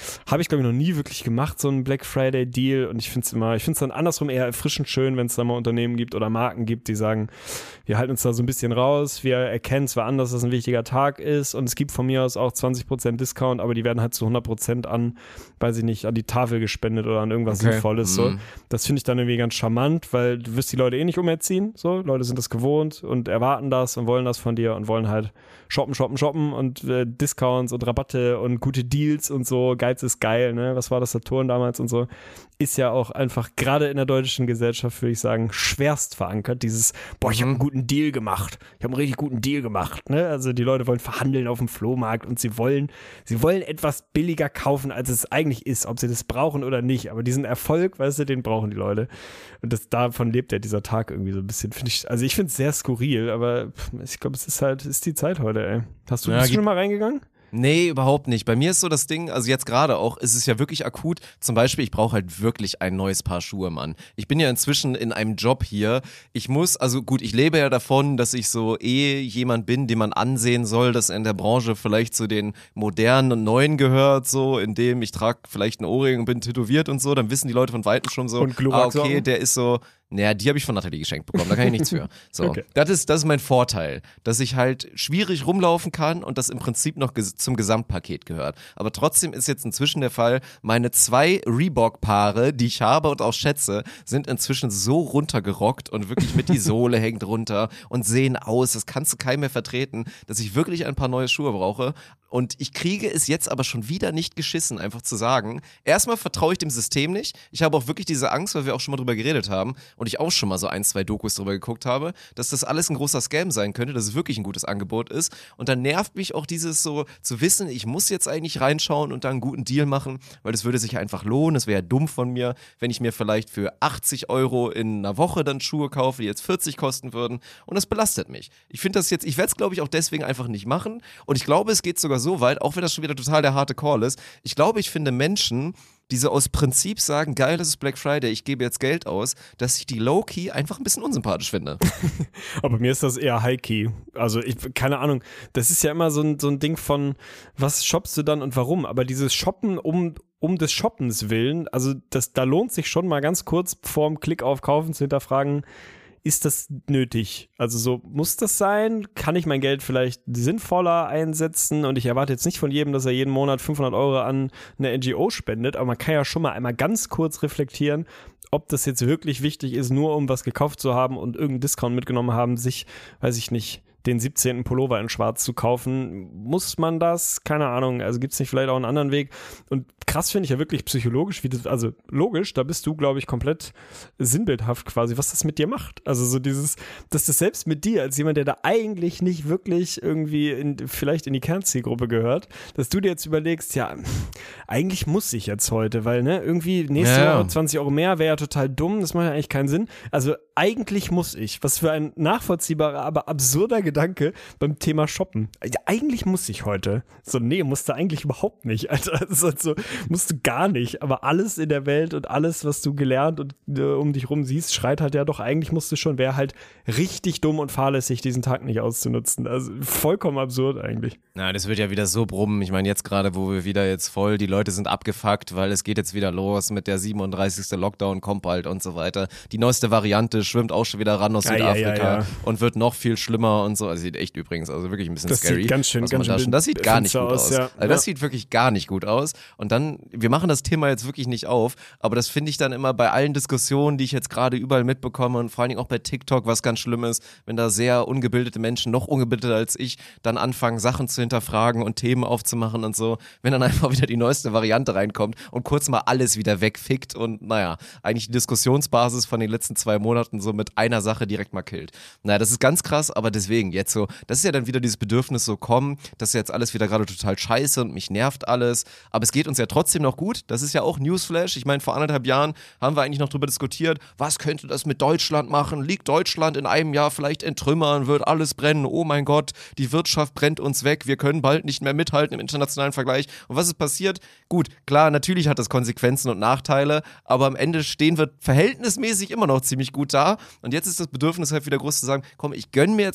habe ich glaube ich noch nie wirklich gemacht, so einen Black Friday Deal, und ich finde es dann andersrum eher erfrischend schön, wenn es da mal Unternehmen gibt oder Marken gibt, die sagen, wir halten uns da so ein bisschen raus, wir erkennen zwar an, dass das ein wichtiger Tag ist und es gibt von mir aus auch 20% Discount, aber die werden halt zu 100% an, weiß ich nicht, an die Tafel gespendet oder an irgendwas Sinnvolles. So. Das finde ich dann irgendwie ganz charmant, weil du wirst die Leute eh nicht umerziehen. So. Leute sind das gewohnt und erwarten das und wollen das von dir und wollen halt shoppen und Discounts und Rabatte und gute Deals und so. Geiz ist geil, ne? Was war das, Saturn damals und so? Ist ja auch einfach gerade in der deutschen Gesellschaft, würde ich sagen, schwerst verankert. Dieses, ich habe einen guten Deal gemacht. Ich habe einen richtig guten Deal gemacht. Ne? Also die Leute wollen verhandeln auf dem Flohmarkt und sie wollen etwas billiger kaufen, als es eigentlich ist, ob sie das brauchen oder nicht. Aber diesen Erfolg, weißt du, den brauchen die Leute. Und davon lebt ja dieser Tag irgendwie so ein bisschen. Ich finde es sehr skurril, aber ich glaube, ist die Zeit heute, ey. Bist du schon mal reingegangen? Nee, überhaupt nicht. Bei mir ist so das Ding, also jetzt gerade auch, ist es ja wirklich akut. Zum Beispiel, ich brauche halt wirklich ein neues Paar Schuhe, Mann. Ich bin ja inzwischen in einem Job hier. Ich lebe ja davon, dass ich so jemand bin, den man ansehen soll, dass er in der Branche vielleicht zu den modernen und neuen gehört, so, indem ich trage vielleicht einen Ohrring und bin tätowiert und so, dann wissen die Leute von Weitem schon so, okay, der ist so. Naja, die habe ich von Nathalie geschenkt bekommen, da kann ich nichts für. So, okay. Das ist mein Vorteil, dass ich halt schwierig rumlaufen kann und das im Prinzip noch zum Gesamtpaket gehört. Aber trotzdem ist jetzt inzwischen der Fall, meine 2 Reebok-Paare, die ich habe und auch schätze, sind inzwischen so runtergerockt und wirklich mit die Sohle hängt runter und sehen aus, das kannst du keinem mehr vertreten, dass ich wirklich ein paar neue Schuhe brauche. Und ich kriege es jetzt aber schon wieder nicht geschissen, einfach zu sagen, erstmal vertraue ich dem System nicht. Ich habe auch wirklich diese Angst, weil wir auch schon mal drüber geredet haben und ich auch schon mal so 1-2 Dokus drüber geguckt habe, dass das alles ein großer Scam sein könnte, dass es wirklich ein gutes Angebot ist. Und dann nervt mich auch dieses so zu wissen, ich muss jetzt eigentlich reinschauen und da einen guten Deal machen, weil das würde sich einfach lohnen. Es wäre ja dumm von mir, wenn ich mir vielleicht für 80 € in einer Woche dann Schuhe kaufe, die jetzt 40 kosten würden. Und das belastet mich. Ich werde es glaube ich auch deswegen einfach nicht machen. Und ich glaube, es geht sogar so weit, auch wenn das schon wieder total der harte Call ist. Ich glaube, ich finde Menschen, die so aus Prinzip sagen, geil, das ist Black Friday, ich gebe jetzt Geld aus, dass ich die Low-Key einfach ein bisschen unsympathisch finde. Aber mir ist das eher High-Key. Also keine Ahnung, das ist ja immer so ein Ding von, was shoppst du dann und warum? Aber dieses Shoppen um des Shoppens willen, also da lohnt sich schon mal ganz kurz vorm Klick auf Kaufen zu hinterfragen, ist das nötig? Also so, muss das sein? Kann ich mein Geld vielleicht sinnvoller einsetzen? Und ich erwarte jetzt nicht von jedem, dass er jeden Monat 500 € an eine NGO spendet, aber man kann ja schon mal einmal ganz kurz reflektieren, ob das jetzt wirklich wichtig ist, nur um was gekauft zu haben und irgendeinen Discount mitgenommen haben, sich, weiß ich nicht, den 17. Pullover in schwarz zu kaufen. Muss man das? Keine Ahnung. Also gibt es nicht vielleicht auch einen anderen Weg? Und krass finde ich ja wirklich psychologisch, also logisch, da bist du, glaube ich, komplett sinnbildhaft quasi, was das mit dir macht. Also so dass das selbst mit dir, als jemand, der da eigentlich nicht wirklich irgendwie vielleicht in die Kernzielgruppe gehört, dass du dir jetzt überlegst, ja, eigentlich muss ich jetzt heute, weil irgendwie nächste Woche 20 € mehr wäre ja total dumm, das macht ja eigentlich keinen Sinn. Also eigentlich muss ich. Was für ein nachvollziehbarer, aber absurder Gedanke beim Thema Shoppen. Ja, eigentlich muss ich heute. So, nee, musst du eigentlich überhaupt nicht, Alter. Also, musst du gar nicht. Aber alles in der Welt und alles, was du gelernt und um dich rum siehst, schreit halt ja doch, eigentlich musst du schon. Wäre halt richtig dumm und fahrlässig, diesen Tag nicht auszunutzen. Also vollkommen absurd eigentlich. Na, das wird ja wieder so brummen. Ich meine, jetzt gerade, wo wir wieder jetzt voll, die Leute sind abgefuckt, weil es geht jetzt wieder los mit der 37. Lockdown, kommt bald und so weiter. Die neueste Variante schwimmt auch schon wieder ran aus Südafrika und wird noch viel schlimmer und so. Also sieht echt übrigens, also wirklich ein bisschen scary. Das sieht ganz schön das sieht gar nicht gut aus. Ja. Also das sieht wirklich gar nicht gut aus. Und dann, wir machen das Thema jetzt wirklich nicht auf, aber das finde ich dann immer bei allen Diskussionen, die ich jetzt gerade überall mitbekomme und vor allen Dingen auch bei TikTok, was ganz schlimm ist, wenn da sehr ungebildete Menschen, noch ungebildeter als ich, dann anfangen, Sachen zu hinterfragen und Themen aufzumachen und so, wenn dann einfach wieder die neueste Variante reinkommt und kurz mal alles wieder wegfickt und naja, eigentlich die Diskussionsbasis von den letzten 2 Monaten so mit einer Sache direkt mal killt. Naja, das ist ganz krass, aber deswegen jetzt so, das ist ja dann wieder dieses Bedürfnis so, komm, das ist jetzt alles wieder gerade total scheiße und mich nervt alles, aber es geht uns ja trotzdem noch gut, das ist ja auch Newsflash, ich meine, vor 1,5 Jahren haben wir eigentlich noch drüber diskutiert, was könnte das mit Deutschland machen, liegt Deutschland in einem Jahr vielleicht in Trümmern, wird alles brennen, oh mein Gott, die Wirtschaft brennt uns weg, wir können bald nicht mehr mithalten im internationalen Vergleich und was ist passiert? Gut, klar, natürlich hat das Konsequenzen und Nachteile, aber am Ende stehen wir verhältnismäßig immer noch ziemlich gut da und jetzt ist das Bedürfnis halt wieder groß zu sagen, komm, ich gönne mir jetzt mal was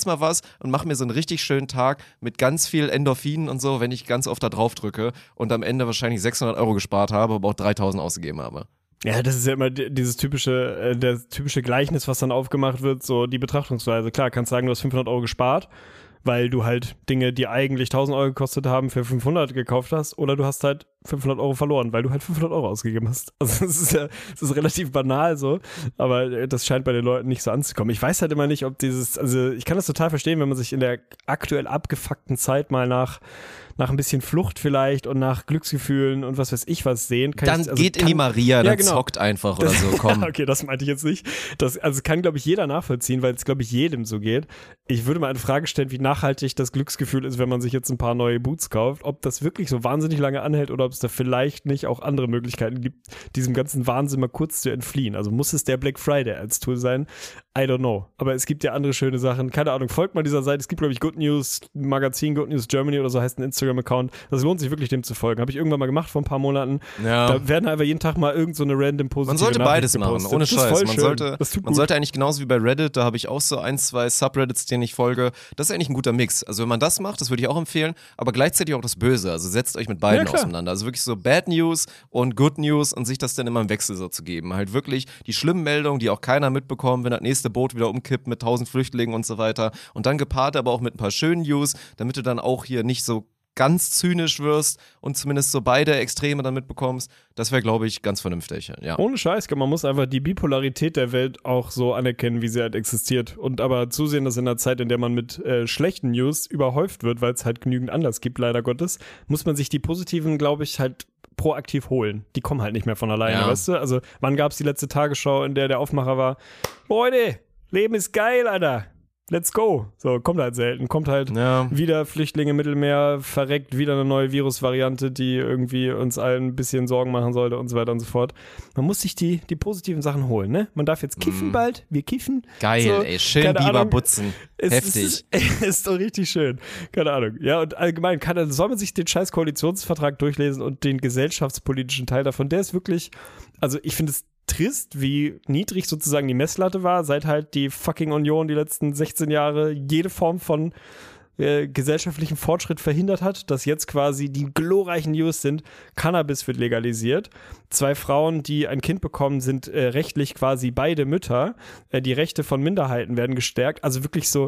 und mache mir so einen richtig schönen Tag mit ganz viel Endorphinen und so, wenn ich ganz oft da drauf drücke und am Ende wahrscheinlich 600 € gespart habe, aber auch 3.000 ausgegeben habe. Ja, das ist ja immer dieses typische Gleichnis, was dann aufgemacht wird, so die Betrachtungsweise. Klar, kannst sagen, du hast 500 € gespart, weil du halt Dinge, die eigentlich 1.000 € gekostet haben, für 500 gekauft hast, oder du hast halt 500 € verloren, weil du halt 500 € ausgegeben hast. Also das ist relativ banal so, aber das scheint bei den Leuten nicht so anzukommen. Ich weiß halt immer nicht, ob also ich kann das total verstehen, wenn man sich in der aktuell abgefuckten Zeit mal nach ein bisschen Flucht vielleicht und nach Glücksgefühlen und was weiß ich was sehen. Geht in die Maria, dann zockt einfach oder so, komm. Okay, das meinte ich jetzt nicht. Das kann, glaube ich, jeder nachvollziehen, weil es, glaube ich, jedem so geht. Ich würde mal eine Frage stellen, wie nachhaltig das Glücksgefühl ist, wenn man sich jetzt ein paar neue Boots kauft, ob das wirklich so wahnsinnig lange anhält oder ob es da vielleicht nicht auch andere Möglichkeiten gibt, diesem ganzen Wahnsinn mal kurz zu entfliehen. Also muss es der Black Friday als Tool sein? I don't know. Aber es gibt ja andere schöne Sachen. Keine Ahnung, folgt mal dieser Seite. Es gibt, glaube ich, Good News Magazin, Good News Germany oder so heißt ein Instagram-Account. Das lohnt sich wirklich, dem zu folgen. Habe ich irgendwann mal gemacht vor ein paar Monaten. Ja. Da werden einfach jeden Tag mal irgend so eine random positive Man sollte beides gepostet. machen, ohne Scheiß. Man sollte eigentlich genauso wie bei Reddit, da habe ich auch so 1, 2 Subreddits, denen ich folge. Das ist eigentlich ein guter Mix. Also wenn man das macht, das würde ich auch empfehlen, aber gleichzeitig auch das Böse. Also setzt euch mit beiden auseinander. Also wirklich so Bad News und Good News und sich das dann immer im Wechsel so zu geben. Halt wirklich die schlimmen Meldungen, die auch keiner mitbekommt, wenn das nächste Boot wieder umkippt mit 1000 Flüchtlingen und so weiter. Und dann gepaart aber auch mit ein paar schönen News, damit du dann auch hier nicht so ganz zynisch wirst und zumindest so beide Extreme dann mitbekommst, das wäre, glaube ich, ganz vernünftig. Ja. Ohne Scheiß, man muss einfach die Bipolarität der Welt auch so anerkennen, wie sie halt existiert und aber zusehen, dass in einer Zeit, in der man mit schlechten News überhäuft wird, weil es halt genügend Anlass gibt, leider Gottes, muss man sich die positiven, glaube ich, halt proaktiv holen. Die kommen halt nicht mehr von alleine, weißt du? Also wann gab es die letzte Tagesschau, in der Aufmacher war, Leute, Leben ist geil, Alter. Let's go. So, kommt halt selten. Kommt halt wieder Flüchtlinge im Mittelmeer, verreckt wieder eine neue Virusvariante, die irgendwie uns allen ein bisschen Sorgen machen sollte und so weiter und so fort. Man muss sich die positiven Sachen holen, ne? Man darf jetzt kiffen bald. Wir kiffen. Geil, so, ey. Schön Biberbutzen. Heftig. Ist doch richtig schön. Keine Ahnung. Ja, und allgemein soll man sich den scheiß Koalitionsvertrag durchlesen und den gesellschaftspolitischen Teil davon. Der ist wirklich, also ich finde es trist, wie niedrig sozusagen die Messlatte war, seit halt die fucking Union die letzten 16 Jahre jede Form von gesellschaftlichen Fortschritt verhindert hat, dass jetzt quasi die glorreichen News sind, Cannabis wird legalisiert, 2 Frauen, die ein Kind bekommen, sind rechtlich quasi beide Mütter, die Rechte von Minderheiten werden gestärkt, also wirklich so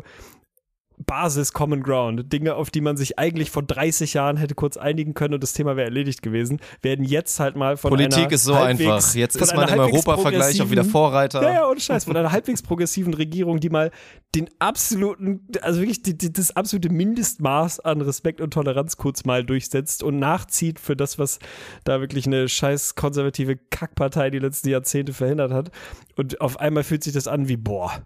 Basis, Common Ground, Dinge, auf die man sich eigentlich vor 30 Jahren hätte kurz einigen können und das Thema wäre erledigt gewesen, werden jetzt halt mal von Politik ist so einfach. Jetzt ist man im Europavergleich auch wieder Vorreiter. Ja, ohne Scheiß. Von einer halbwegs progressiven Regierung, die mal den absoluten, also wirklich das absolute Mindestmaß an Respekt und Toleranz kurz mal durchsetzt und nachzieht für das, was da wirklich eine scheiß konservative Kackpartei die letzten Jahrzehnte verhindert hat. Und auf einmal fühlt sich das an wie,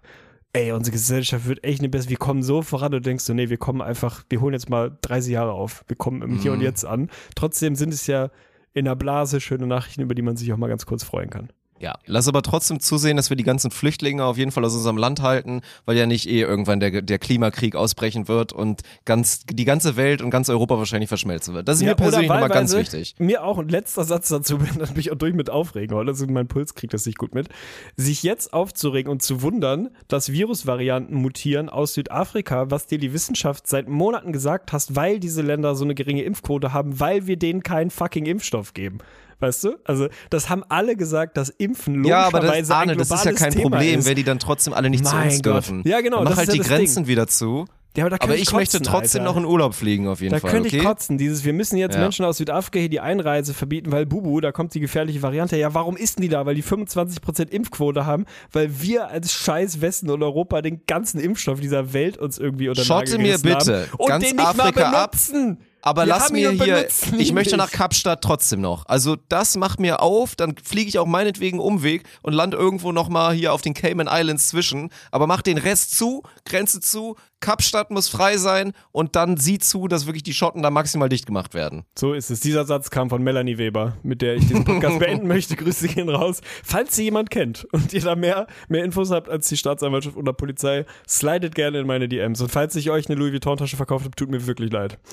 ey, unsere Gesellschaft wird echt eine bessere, wir kommen so voran und denkst du, nee, wir holen jetzt mal 30 Jahre auf, wir kommen im Hier und Jetzt an. Trotzdem sind es ja in der Blase schöne Nachrichten, über die man sich auch mal ganz kurz freuen kann. Ja, lass aber trotzdem zusehen, dass wir die ganzen Flüchtlinge auf jeden Fall aus unserem Land halten, weil ja nicht irgendwann der Klimakrieg ausbrechen wird und die ganze Welt und ganz Europa wahrscheinlich verschmelzen wird. Das ist mir persönlich nochmal ganz wichtig. Mir auch, ein letzter Satz dazu, dann bin ich auch durch mit Aufregen heute, also mein Puls kriegt das nicht gut mit. Sich jetzt aufzuregen und zu wundern, dass Virusvarianten mutieren aus Südafrika, was dir die Wissenschaft seit Monaten gesagt hast, weil diese Länder so eine geringe Impfquote haben, weil wir denen keinen fucking Impfstoff geben. Weißt du? Also, das haben alle gesagt, dass Impfen logischerweise ein globales das ist ja kein Thema Problem, ist. wenn die dann trotzdem alle nicht zu uns dürfen. Ja, genau. Dann mach das halt ist die das Grenzen Ding. wieder zu. Ja, aber ich möchte trotzdem noch in Urlaub fliegen, auf jeden Fall. Da könnte ich kotzen. Wir müssen jetzt Menschen aus Südafrika hier die Einreise verbieten, weil da kommt die gefährliche Variante. Ja, warum ist denn die da? Weil die 25% Impfquote haben, weil wir als scheiß Westen und Europa den ganzen Impfstoff dieser Welt uns irgendwie unter den Nagel gerissen haben. Schotte mir bitte und ganz den nicht Afrika mal benutzen. ab. Aber lass mir hier, ich möchte nach nicht. Kapstadt trotzdem noch. Also das macht mir auf, dann fliege ich auch meinetwegen Umweg und lande irgendwo nochmal hier auf den Cayman Islands zwischen. Aber mach den Rest zu, Grenze zu, Kapstadt muss frei sein und dann sieh zu, dass wirklich die Schotten da maximal dicht gemacht werden. So ist es. Dieser Satz kam von Melanie Weber, mit der ich diesen Podcast beenden möchte. Grüße gehen raus. Falls sie jemand kennt und ihr da mehr Infos habt als die Staatsanwaltschaft oder Polizei, slidet gerne in meine DMs. Und falls ich euch eine Louis Vuitton Tasche verkauft habe, tut mir wirklich leid.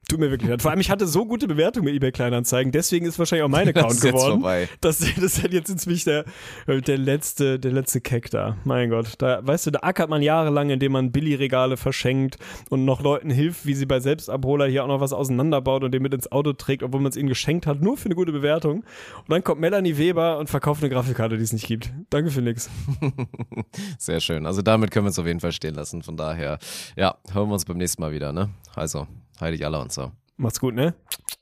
Tut mir wirklich leid. Vor allem, ich hatte so gute Bewertungen bei eBay Kleinanzeigen, deswegen ist wahrscheinlich auch mein Account geworden. Vorbei. Das ist halt jetzt inzwischen der letzte Keck da. Mein Gott. Da, weißt du, da ackert man jahrelang, indem man Billigregale verschenkt und noch Leuten hilft, wie sie bei Selbstabholer hier auch noch was auseinanderbaut und den mit ins Auto trägt, obwohl man es ihnen geschenkt hat, nur für eine gute Bewertung. Und dann kommt Melanie Weber und verkauft eine Grafikkarte, die es nicht gibt. Danke für nix. Sehr schön. Also damit können wir es auf jeden Fall stehen lassen. Von daher, ja, hören wir uns beim nächsten Mal wieder, ne? Also, heilig Allah und so. Macht's gut, ne?